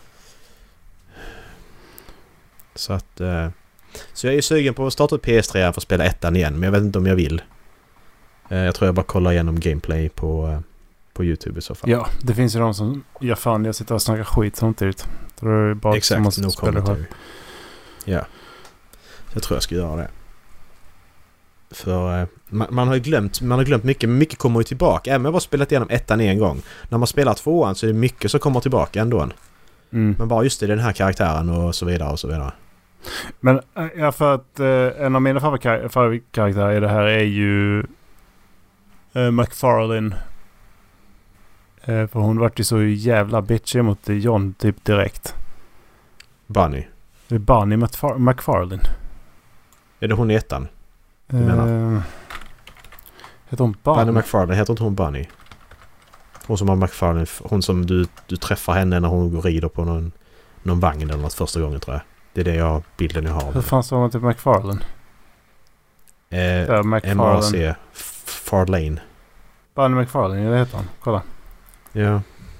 Så att... Så jag är sugen på att starta upp PS3 för att spela ettan igen. Men jag vet inte om jag vill. Jag tror jag bara kollar igenom gameplay på YouTube i så fall. Ja, det finns ju de som... Ja fan, jag sitter och snackar skit samtidigt. Det är bara exakt, no commentary. Ja. Jag tror jag ska göra det. För man har glömt mycket. Men mycket kommer ju tillbaka. Även om jag bara spelat igenom ettan en gång. När man spelar tvåan så är det mycket som kommer tillbaka ändå. Men bara just det, den här karaktären och så vidare och så vidare. Men ja, för att en av mina favoritkaraktärer i det här är ju McFarlane. För hon vart ju så jävla bitchig mot John typ direkt. Bunny. Det är Bunny McFarlane. Är det hon i ettan? Heter hon Bunny? Bunny McFarlane, heter inte hon Bunny? Hon som har McFarlane, hon som du träffar henne när hon går rider på någon vagn eller något första gången tror jag. Det är bilden jag har. Hur fan sa man till McFarlane? MRC Farlane. Barney McFarlane, det heter han. Kolla. Ja.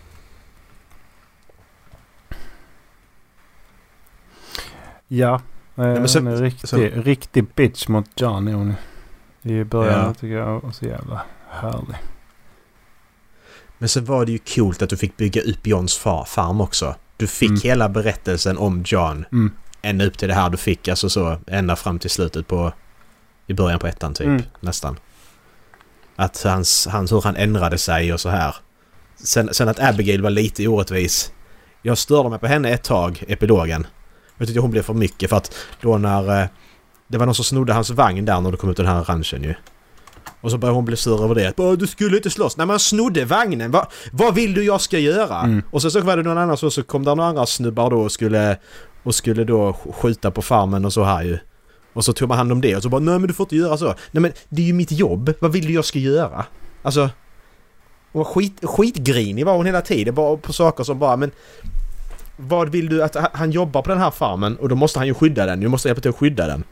Ja. En riktig bitch mot John är hon i början, tycker jag. Och så jävla härlig. Men så var det ju coolt att du fick bygga upp Johns farm också. Du fick hela berättelsen om John. Ända upp till det här du fick. Alltså så ända fram till slutet i början på ettan typ. Nästan. Att hur han ändrade sig och så här. Sen att Abigail var lite orättvis. Jag störde mig på henne ett tag, epilogen. Jag tyckte hon blev för mycket för att då när det var någon som snodde hans vagn där när du kom ut den här ranchen ju. Och så började hon bli sur över det. Du skulle inte slåss. Nej, man snodde vagnen. Vad vill du jag ska göra? Och så var det någon annan så kom det några andra snubbar då och skulle då skjuta på farmen och så här ju. Och så tog man hand om det och så bara, nej men du får inte göra så. Nej men det är ju mitt jobb. Vad vill du jag ska göra? Alltså, och skitgrinig var hon hela tiden. Bara på saker som bara, men vad vill du att han jobbar på den här farmen och då måste han ju skydda den. Du måste hjälpa till att skydda den.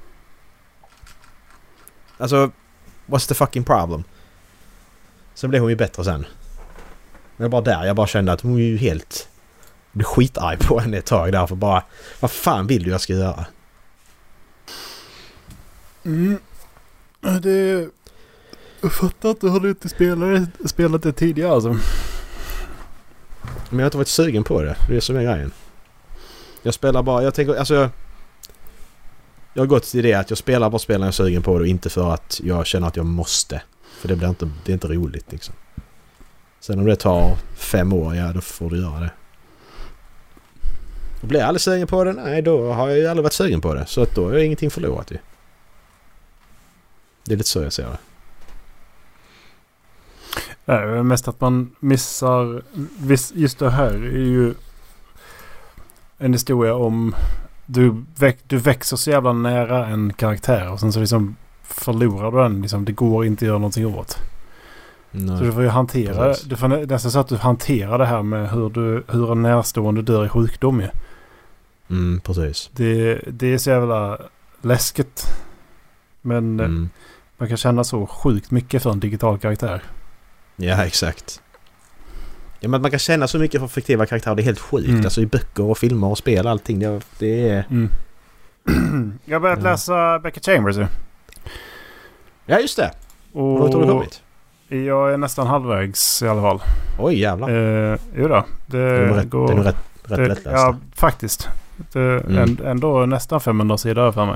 Alltså, what's the fucking problem? Sen blev hon ju bättre sen. Men bara där, jag bara kände att hon är ju helt... Jag blev skitarg på henne ett tag där för bara, vad fan vill du jag ska göra? Jag fattar att du har inte spelat det tidigare alltså. Men jag har inte varit sugen på det. Det är som är grejen. Jag spelar bara... Jag tänker... Alltså... Jag har gått till det att jag spelar bara spelar jag är sugen på det och inte för att jag känner att jag måste. För det är inte roligt liksom. Sen om det tar 5 år, ja då får du göra det. Och blir jag aldrig sugen på det? Nej, då har jag ju aldrig varit sugen på det. Så att då är ingenting förlorat ju. Det är lite så jag ser det. Nej, mest att man missar... Just det här är ju en historia om... Du växer så jävla nära en karaktär och sen så liksom förlorar du den. Liksom, det går inte att göra någonting åt. Nej. Så du får ju hantera... Precis. Du får nästan så att du hanterar det här med hur en närstående dör i sjukdom ju. Precis. Det är så jävla läskigt. Men man kan känna så sjukt mycket för en digital karaktär. Ja, exakt. Ja, men man kan känna så mycket för fiktiva karaktärer. Det är helt sjukt. Alltså i böcker och filmer och spel, allting. Det är... Jag har börjat läsa Becky Chambers ju. Ja, just det. Och vad har du kommit? Jag är nästan halvvägs i alla fall. Oj, jävlar. Jo då. Det är nog rätt lättläst. Ja, faktiskt. Ändå nästan 500 sidor för mig.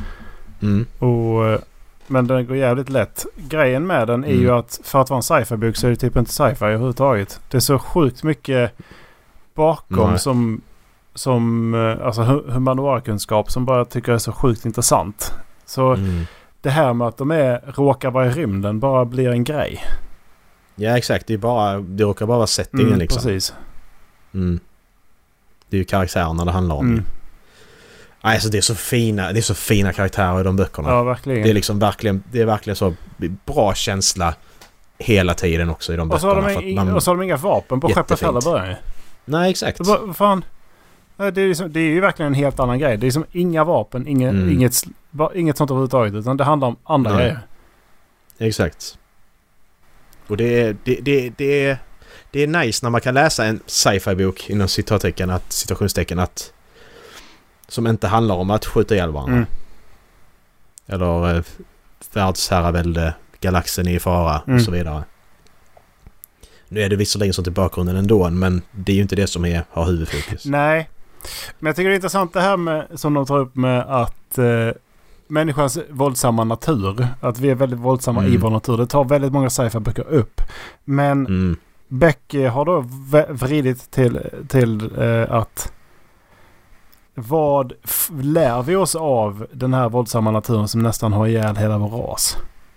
Men den går jävligt lätt. Grejen med den är ju att för att vara en sci-fi-bok så är det typ inte sci-fi överhuvudtaget. Det är så sjukt mycket bakom som alltså humanvarkunskap som bara tycker är så sjukt intressant. Så det här med att råkar vara i rymden bara blir en grej. Ja, exakt. Det råkar bara vara settingen liksom. Precis. Det är ju karaktärerna det handlar om. Alltså det är så fina karaktärer i de böckerna. Ja, verkligen. Det är liksom verkligen så bra känsla hela tiden också i de böckerna. Och så har de inga vapen på skeppet heller början. Nej, exakt. Vad fan? Det är ju verkligen en helt annan grej. Det är liksom inga vapen, inget sånt överhuvudtaget, utan det handlar om andra grejer. Exakt. Och det är nice när man kan läsa en sci-fi-bok inom citationstecken att som inte handlar om att skjuta ihjäl varandra. Eller världsherravälde, galaxen är i fara och så vidare. Nu är det visserligen sånt i bakgrunden ändå, men det är ju inte det som har huvudfokus. Nej, men jag tycker det är intressant det här med, som de tar upp med att människans våldsamma natur, att vi är väldigt våldsamma i vår natur. Det tar väldigt många sci-fi-böcker upp. Men Becky har då vridit till att vad lär vi oss av den här våldsamma naturen som nästan har ihjäl hela vår ras?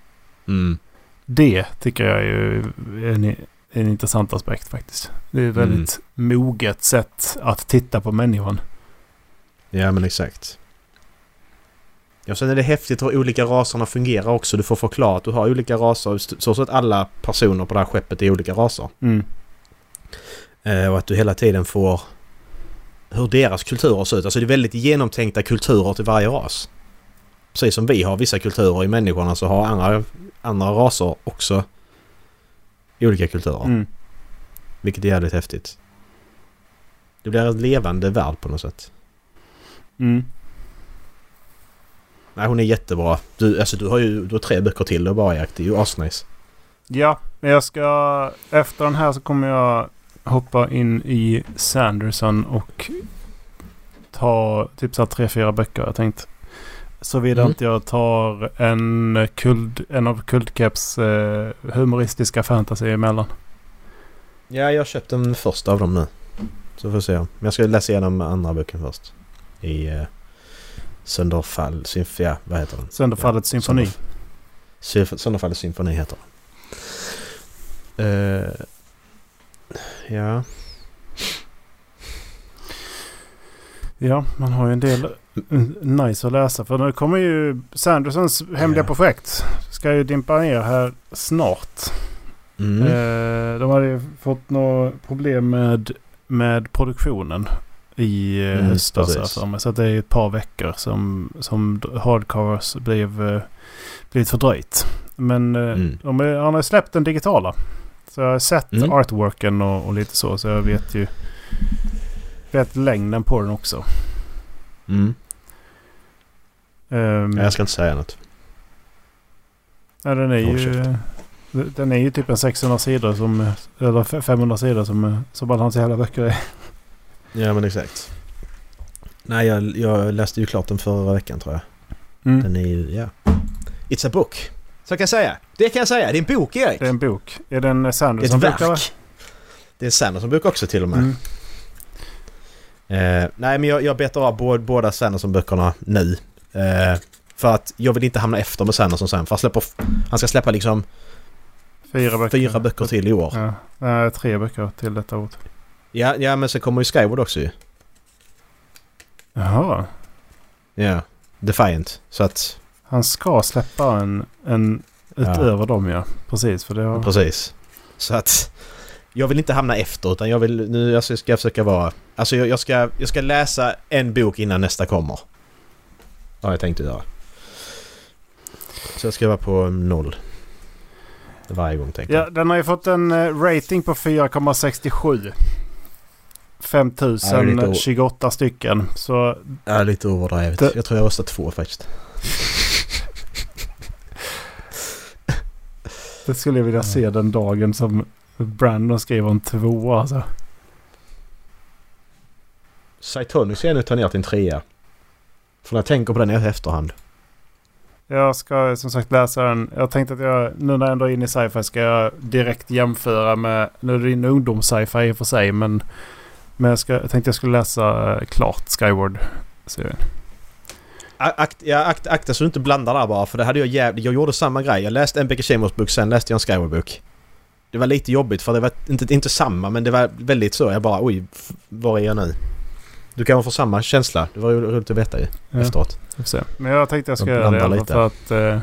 Det tycker jag är ju en intressant aspekt faktiskt. Det är ett väldigt moget sätt att titta på människan. Ja, men exakt. Ja, sen är det häftigt hur olika raserna fungerar också. Du får förklara att du har olika raser så att alla personer på det här skeppet är olika raser. Och att du hela tiden får hur deras kulturer ser ut. Alltså det är väldigt genomtänkta kulturer till varje ras. precis som vi har vissa kulturer i människorna så har andra raser också olika kulturer. Vilket är jävligt häftigt. Det blir en levande värld på något sätt. Nej, hon är jättebra. Du har 3 böcker till och bara det är ju asnice. Ja, men efter den här så kommer jag hoppa in i Sanderson och ta typ så 3-4 böcker jag tänkt. Såvida inte jag tar en av Kuldkeps humoristiska fantasy emellan. Ja, jag köpte den första av dem nu. Så får vi se. Men jag ska läsa igenom andra böcken först. I Sönderfall Symfoni. Vad heter den? Sönderfallets symfoni. Sönderfallets symfoni heter den. Ja. Ja, man har ju en del nice att läsa. För nu kommer ju Sandersons hemliga projekt. Ska ju dimpa ner här snart. De hade ju fått några problem med produktionen i höstas. Så det är ett par veckor som hardcovers blivit fördröjt. Men han har släppt den digitala. Så jag har sett artworken och lite så jag vet längden på den också. Jag ska inte säga något. Ja, den är ju typ en 600 sidor eller 500 sidor som alla hans hela böcker är. Ja, men exakt. Nej, jag läste ju klart den förra veckan tror jag. Den är ju, It's a book. Så kan jag säga. Det kan jag säga. Det är en bok, Erik. Det är en bok. Är det en Sanderson bok? Det är en Sanderson bok också till och med. Nej, men jag betar av båda Sanderson-böckerna nu. För att jag vill inte hamna efter med Sanderson sen. För han ska släppa liksom 4 böcker till i år. Ja, 3 böcker till detta år. Ja, men så kommer ju Skyward också ju. Jaha. Ja, Defiant. Så att han ska släppa en utöver dem, ja. Precis. Precis. Så att jag vill inte hamna efter utan jag ska försöka vara... Alltså jag ska läsa en bok innan nästa kommer. Ja, jag tänkte göra. Så jag ska vara på 0. Varje gång tänkte jag. Ja, den har ju fått en rating på 4,67. 5028 stycken. Så ja, lite overdrivet. Jag tror jag röstar 2 faktiskt. Det skulle jag vilja se den dagen som Brandon skriver om 2 alltså. Cytonic ser nu ta ner till en 3. För jag tänker på den i efterhand. Jag ska som sagt läsa den. Jag tänkte att nu när jag ändå är inne i sci-fi ska jag direkt jämföra med... Nu är det en ungdoms-sci-fi i och för sig, men jag tänkte jag skulle läsa klart Skyward-serien. Akta så du inte blandar där bara, för det hade jag gjorde samma grej. Jag läste en Becky Chambers bok, sen läste jag en Skyward-bok. Det var lite jobbigt för det var inte samma, men det var väldigt så. Jag bara, oj, var är jag nu? Du kan få samma känsla. Det var ju roligt att veta efteråt. Men jag tänkte jag ska göra det för att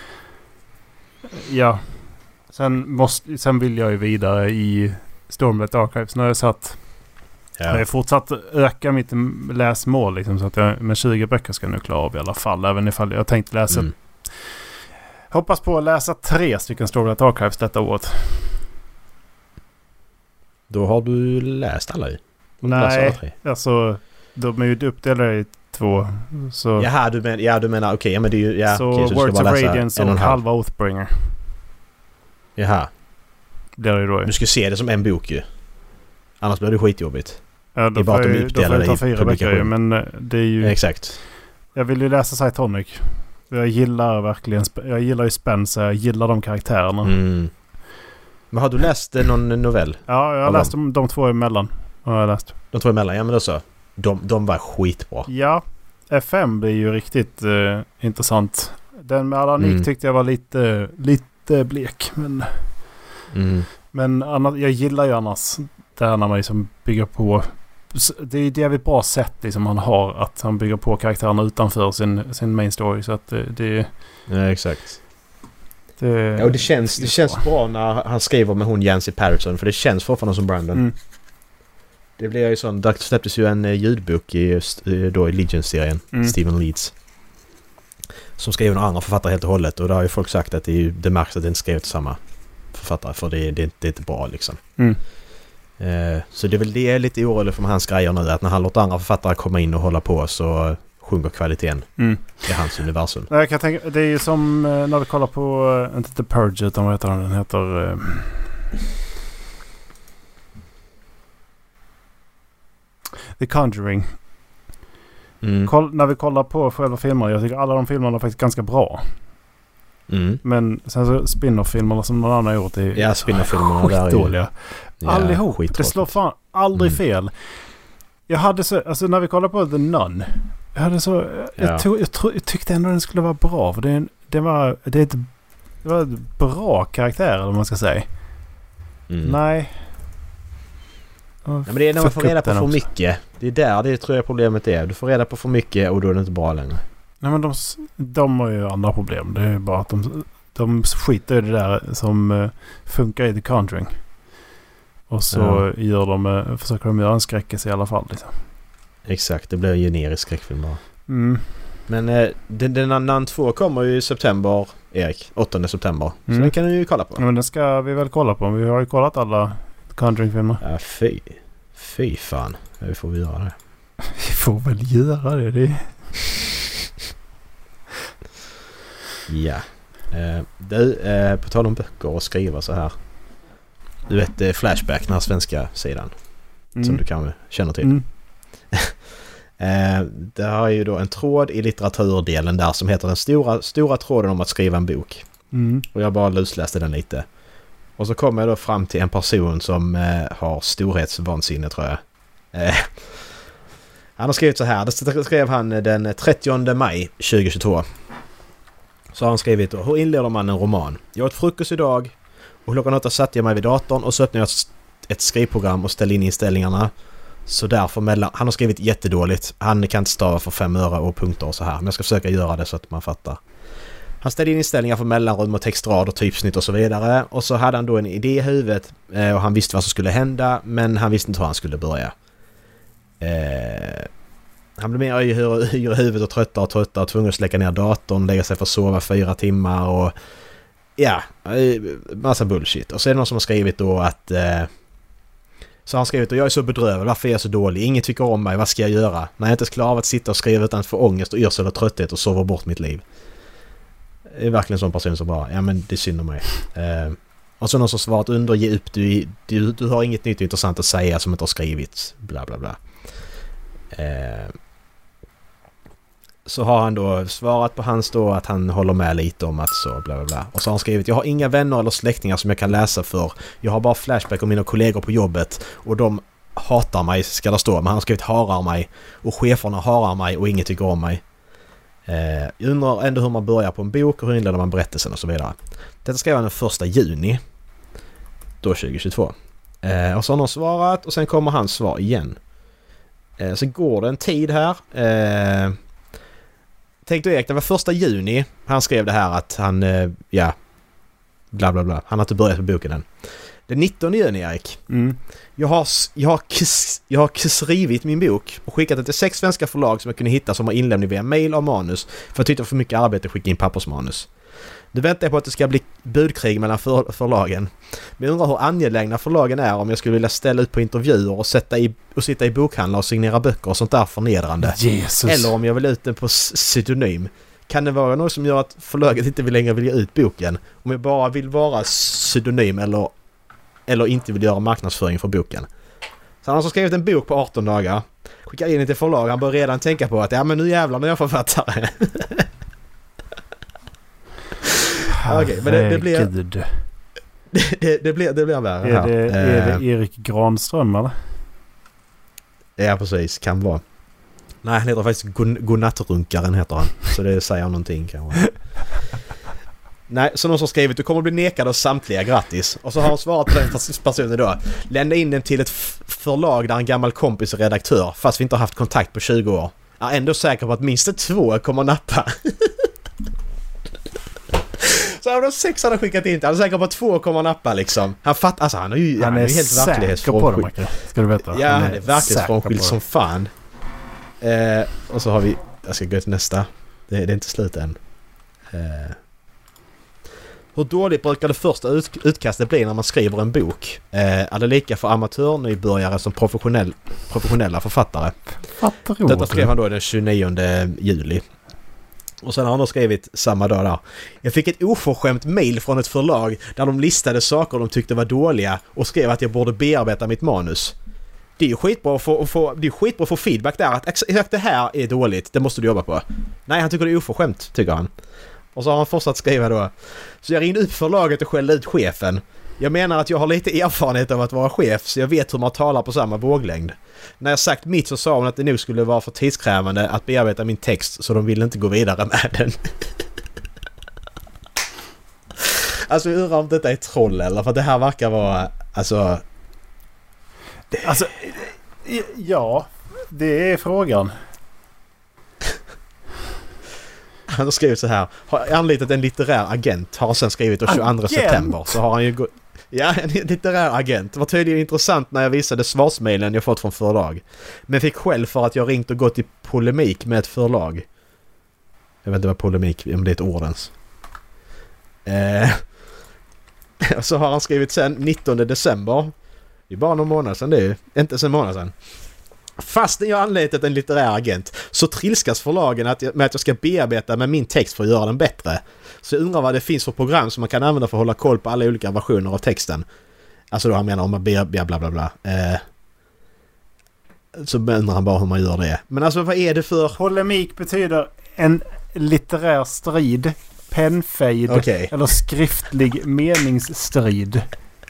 sen vill jag ju vidare i Stormlight Archives. Nu har jag jag har fortsatt öka mitt läsmål liksom, så att jag med 20 böcker ska nu klara av i alla fall. Även ifall jag tänkte läsa hoppas på att läsa 3 stycken Stormlight Archives detta året. Då har du läst alla ju. Nej, alltså de är ju uppdelade i 2. Så jaha, du menar okej, men det är ju så okej, så Words of Radiance och halva Oathbringer. Jaha. Det är ju då. Du ska se det som en bok ju. Annars blir det skitjobbigt. Ja, då får jag ta 4 böcker, men det är ju... Exakt. Jag vill ju läsa Cytonic. Jag gillar ju Spencer, jag gillar de karaktärerna. Men har du läst någon novell? Ja, jag har läst de 2 emellan. Har jag läst. De 2 emellan, ja men då så. De var skitbra. Ja, FM blir ju riktigt intressant. Den med Alanik tyckte jag var lite blek, men annars, jag gillar ju annars där när man liksom bygger på. Det är ett jävligt bra sätt liksom han har, att han bygger på karaktärerna utanför sin main story, så att det ja, exakt. Och det känns bra när han skriver med hon Jancy Patterson, för det känns fortfarande som Brandon. Det blir ju sån. Där släpptes ju en ljudbok i Legion-serien. Steven Leeds. som skriver några andra författare helt och hållet. Och då har ju folk sagt att det märks att det inte skrivit samma författare, för det är inte bra liksom. Så det är väl det lite orolig för hans grejer nu, att när han låter andra författare komma in och hålla på så sjunker kvaliteten i hans universum. Jag kan tänka, det är ju som när vi kollar på inte The Purge, utan vad heter den heter The Conjuring. När vi kollar på själva filmerna, jag tycker alla de filmerna är faktiskt ganska bra. Men sen så spin-off-filmerna som någon annan har gjort är spin-off-filmerna skitdåliga. Allihop. Det slår fan aldrig fel. Jag hade så, alltså när vi kollar på The Nun, jag hade så, jag tyckte ändå den skulle vara bra, för det var ett bra karaktär, eller vad man ska säga. Nej. Ja, men det är när man får reda på för mycket. Det är där det tror jag problemet är. Du får reda på för mycket och då är det inte bra längre. Nej, men de har ju andra problem. Det är bara att de skiter i det där som funkar i The Conjuring. Och så försöker de göra en skräckelse i alla fall. Liksom. Exakt, det blir en generisk skräckfilm bara. Men den Nun 2 kommer ju i september, Erik. 8 september. Så den kan du ju kolla på. Ja, men den ska vi väl kolla på. Vi har ju kollat alla Conjuring-filmer. Ja, fy fan. Vi får göra det. Vi får väl göra det. Ja. På tal om böcker och skriva så här. Du vet Flashback, den här svenska sidan. Som du kan känna till. Det har ju då en tråd i litteraturdelen där som heter den stora tråden om att skriva en bok. Och jag bara lusläste den lite. Och så kommer jag då fram till en person som har storhetsvansinne, tror jag. Han har skrivit så här. Det skrev han den 30 maj 2022. Så har han skrivit: hur inleder man en roman? Jag åt frukost idag och klockan 8 satte jag mig vid datorn och så öppnade jag ett skrivprogram och ställde in inställningarna. Så därför han har skrivit jättedåligt. Han kan inte stava för 5 öre och punkter och så här. Men jag ska försöka göra det så att man fattar. Han ställde in inställningar för mellanrum och textrad och typsnitt och så vidare. Och så hade han då en idé i huvudet och han visste vad som skulle hända, men han visste inte hur han skulle börja. Han blev mer yr i huvudet och tröttare och tvungen att släcka ner datorn, lägga sig för att sova 4 timmar och massa bullshit. Och så är det någon som har skrivit då att så har han skrivit: jag är så bedrövad, varför är jag så dålig? Ingen tycker om mig, vad ska jag göra? När jag inte klarar av att sitta och skriva utan att få ångest och yrsel och trötthet och sova bort mitt liv. Det är verkligen en sån person som bara, ja men det är synd om mig. Och så någon som svarat under, ge upp, du har inget nytt och intressant att säga som inte har skrivits, bla bla bla. Så har han då svarat på hans då att han håller med lite om att så bla bla bla. Och så har han skrivit: jag har inga vänner eller släktingar som jag kan läsa för. Jag har bara Flashback om mina kollegor på jobbet och de hatar mig, ska det stå. Men han har skrivit harar mig och cheferna harar mig och ingen tycker om mig. Jag undrar ändå hur man börjar på en bok och hur inleder man berättelsen och så vidare. Detta skrev han den 1 juni då 2022. Och så har någon svarat och sen kommer hans svar igen. Så går det en tid här. Tänk du Erik, det var 1 juni han skrev det här att han bla bla bla. Han har inte börjat på boken än. Den 19 juni, Erik. Jag har skrivit min bok och skickat den till 6 svenska förlag som jag kunde hitta som har inlämning via mail och manus, för jag tyckte det var för mycket arbete att skicka in pappersmanus. Nu väntar jag på att det ska bli budkrig mellan förlagen. Men jag undrar hur angelägna förlagen är om jag skulle vilja ställa ut på intervjuer och sitta i bokhandlar och signera böcker och sånt där förnedrande. Jesus. Eller om jag vill ut den på pseudonym. Kan det vara något som gör att förlaget inte längre vill ge ut boken? Om jag bara vill vara pseudonym eller inte vill göra marknadsföring för boken. Så han har alltså skrivit en bok på 18 dagar. Skickar in den till förlag. Han börjar redan tänka på att ja men nu jävlar när jag författare. Okej, men det blir värre här. Är det Erik Granström eller? Ja, precis. Kan vara. Nej, han heter faktiskt Godnattrunkaren heter han. Så det säger någonting kanske. Nej, så någon som skrivit: du kommer bli nekad av samtliga, grattis. Och så har han svarat på den personen då: lämna in den till ett förlag där en gammal kompis är redaktör, fast vi inte har haft kontakt på 20 år. Jag är ändå säker på att minst 2 kommer nappa. Så av de 6 han har skickat in, han är säker på att 2 kommer nappa liksom. Han fattar, alltså han är ju helt verklighetsfrånskild. Ska du veta? Ja, han är verklighetsfrånskild som fan. Och så har vi, jag ska gå till nästa. Det är inte slut än. Hur dåligt brukar det första utkastet bli när man skriver en bok? Är det lika för amatörnybörjare som professionella författare? Detta skrev han då den 29 juli. Och sen har han då skrivit samma dag där. Jag fick ett oförskämt mejl från ett förlag där de listade saker de tyckte var dåliga och skrev att jag borde bearbeta mitt manus. Det är ju skitbra att få feedback där. Att exakt det här är dåligt, det måste du jobba på. Nej, han tycker det är oförskämt, tycker han. Och så har han fortsatt skriva då. Så jag ringde upp förlaget och skällde ut chefen. Jag menar att jag har lite erfarenhet av att vara chef så jag vet hur man talar på samma våglängd. När jag sagt mitt så sa hon att det nog skulle vara för tidskrävande att bearbeta min text så de ville inte gå vidare med den. Alltså jag undrar om detta är troll eller för att det här verkar vara alltså ja, det är frågan. Han har skrivit så här. Har anlitat en litterär agent. Har sen skrivit den 22 september. Så har han ju gått... Ja, en litterär agent. Det var tydligen intressant när jag visade svarsmailen jag fått från förlag. Men fick själv för att jag ringt och gått i polemik med ett förlag. Jag vet inte vad polemik, om det är ett ord ens. Så har han skrivit sen 19 december. Det är bara någon månad sedan, det är ju. Inte sen månad sedan. Fastän jag anlitat en litterär agent så trilskas förlagen med att jag ska bearbeta med min text för att göra den bättre. Så jag undrar vad det finns för program som man kan använda för att hålla koll på alla olika versioner av texten. Alltså då han menar om man bla bla bla. Så undrar han bara hur man gör det. Men alltså vad är det för... Polemik betyder en litterär strid, pennfejd eller skriftlig meningsstrid.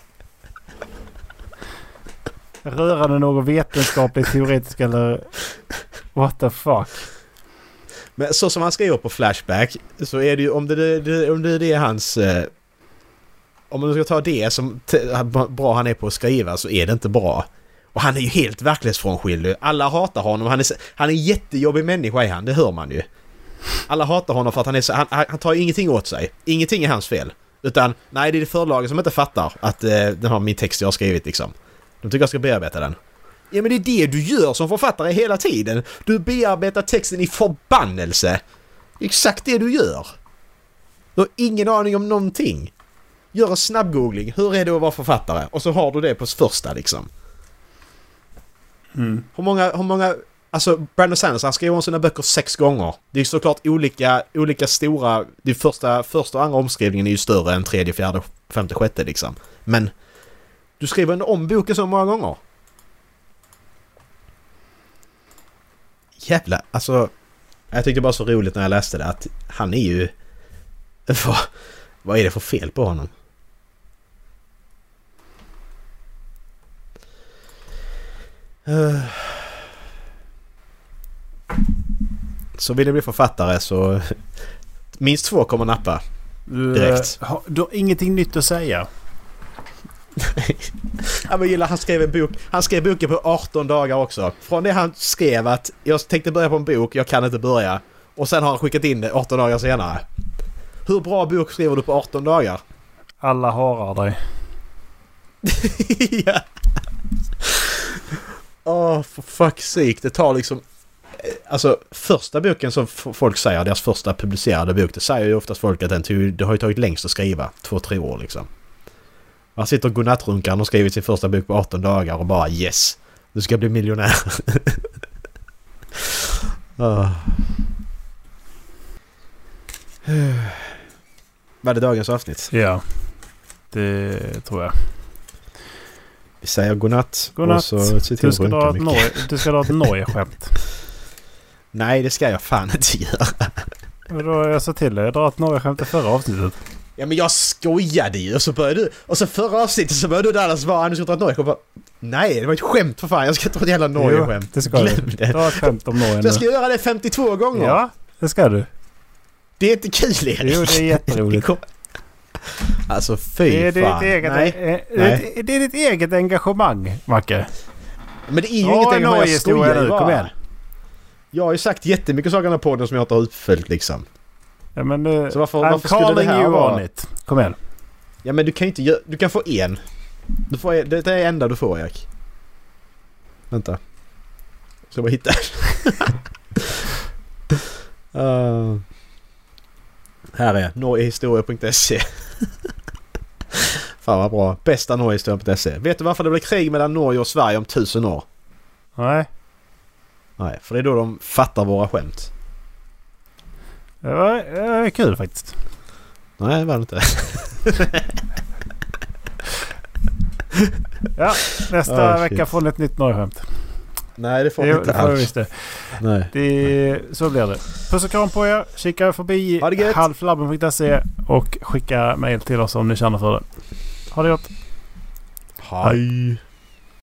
Rörande något vetenskapligt, teoretiskt eller what the fuck. Men så som han skriver på Flashback så är det ju om det är hans om man ska ta det som bra han är på att skriva så är det inte bra. Och han är ju helt verklighetsfrånskild. Alla hatar honom. Han är jättejobbig människa i han, det hör man ju. Alla hatar honom för att han är så, han tar ingenting åt sig. Ingenting är hans fel. Utan nej, det är det förlaget som inte fattar att den har min text jag har skrivit liksom. De tycker jag ska bearbeta den. Ja, men det är det du gör som författare hela tiden. Du bearbetar texten i förbannelse. Exakt det du gör. Du har ingen aning om någonting. Gör en snabbgoogling. Hur är det att vara författare? Och så har du det på första liksom. Mm. Hur många alltså Brandon Sanderson skriver om sina böcker 6 gånger. Det är såklart olika stora. Det första och andra omskrivningen är ju större än 3, 4, 5, 6 liksom. Men du skriver om boken så många gånger. Jävlar, alltså jag tyckte bara så roligt när jag läste det att han är ju vad är det för fel på honom? Så vill ni bli författare så minst 2 kommer nappa direkt. Du har ingenting nytt att säga. Ja, men gillar, han skrev boken på 18 dagar också. Från det han skrev att jag tänkte börja på en bok, jag kan inte börja. Och sen har han skickat in det 18 dagar senare. Hur bra bok skriver du på 18 dagar? Alla harar dig. Ja. For fuck's sake. Det tar liksom... Alltså första boken som folk säger, deras första publicerade bok, det säger ju oftast folk att det har ju tagit längst att skriva. 2-3 år liksom. Han sitter godnattrunkaren och skrivit sin första bok på 18 dagar och bara yes, du ska bli miljonär. Var det dagens avsnitt? Ja, det tror jag. Vi säger godnatt. Godnatt. Och så du ska dra ett Norge-skämt. Nej, det ska jag fan inte göra. Men då jag sa till dig, jag drar ett Norge-skämt i förra avsnittet. Ja, men jag skojade ju. Och så började du. Och så förra avsnittet så började du där och svara. Du ska dra ett Norge-skämt. Nej, det var ett skämt för fan. Jag ska dra ett jävla Norge-skämt. Det ska du. Dra ett skämt om Norge nu. Jag ska göra det 52 gånger. Ja, det ska du. Det är inte kul, Erik. Jo, det är jätteroligt. Alltså, fy fan. Det är ditt eget engagemang, Macke. Men det är ju inget engagemang. Jag skojar ju bara. Kom igen. Jag har ju sagt jättemycket saker i den här podden som jag inte har utföljt liksom. Ja, men nu... Så varför skulle det här vara... Kom igen. Ja, men du kan ju inte göra... Du kan få en. Du får en. Det är det enda du får, Erik. Vänta. Ska bara hitta. Här är norgehistoria.se. Fan vad bra. Bästa norgehistoria.se. Vet du varför det blir krig mellan Norge och Sverige om 1000 år? Nej. Nej, för det är då de fattar våra skämt. Det var kul faktiskt. Nej, det var det inte. Ja, nästa vecka får ni ett nytt Norge-skämt. Nej, det får vi inte alls. Nej. Så blir det. Puss och kram på er. Kika förbi halflabben.se och skicka mejl till oss om ni känner för det. Ha det gott. Hej.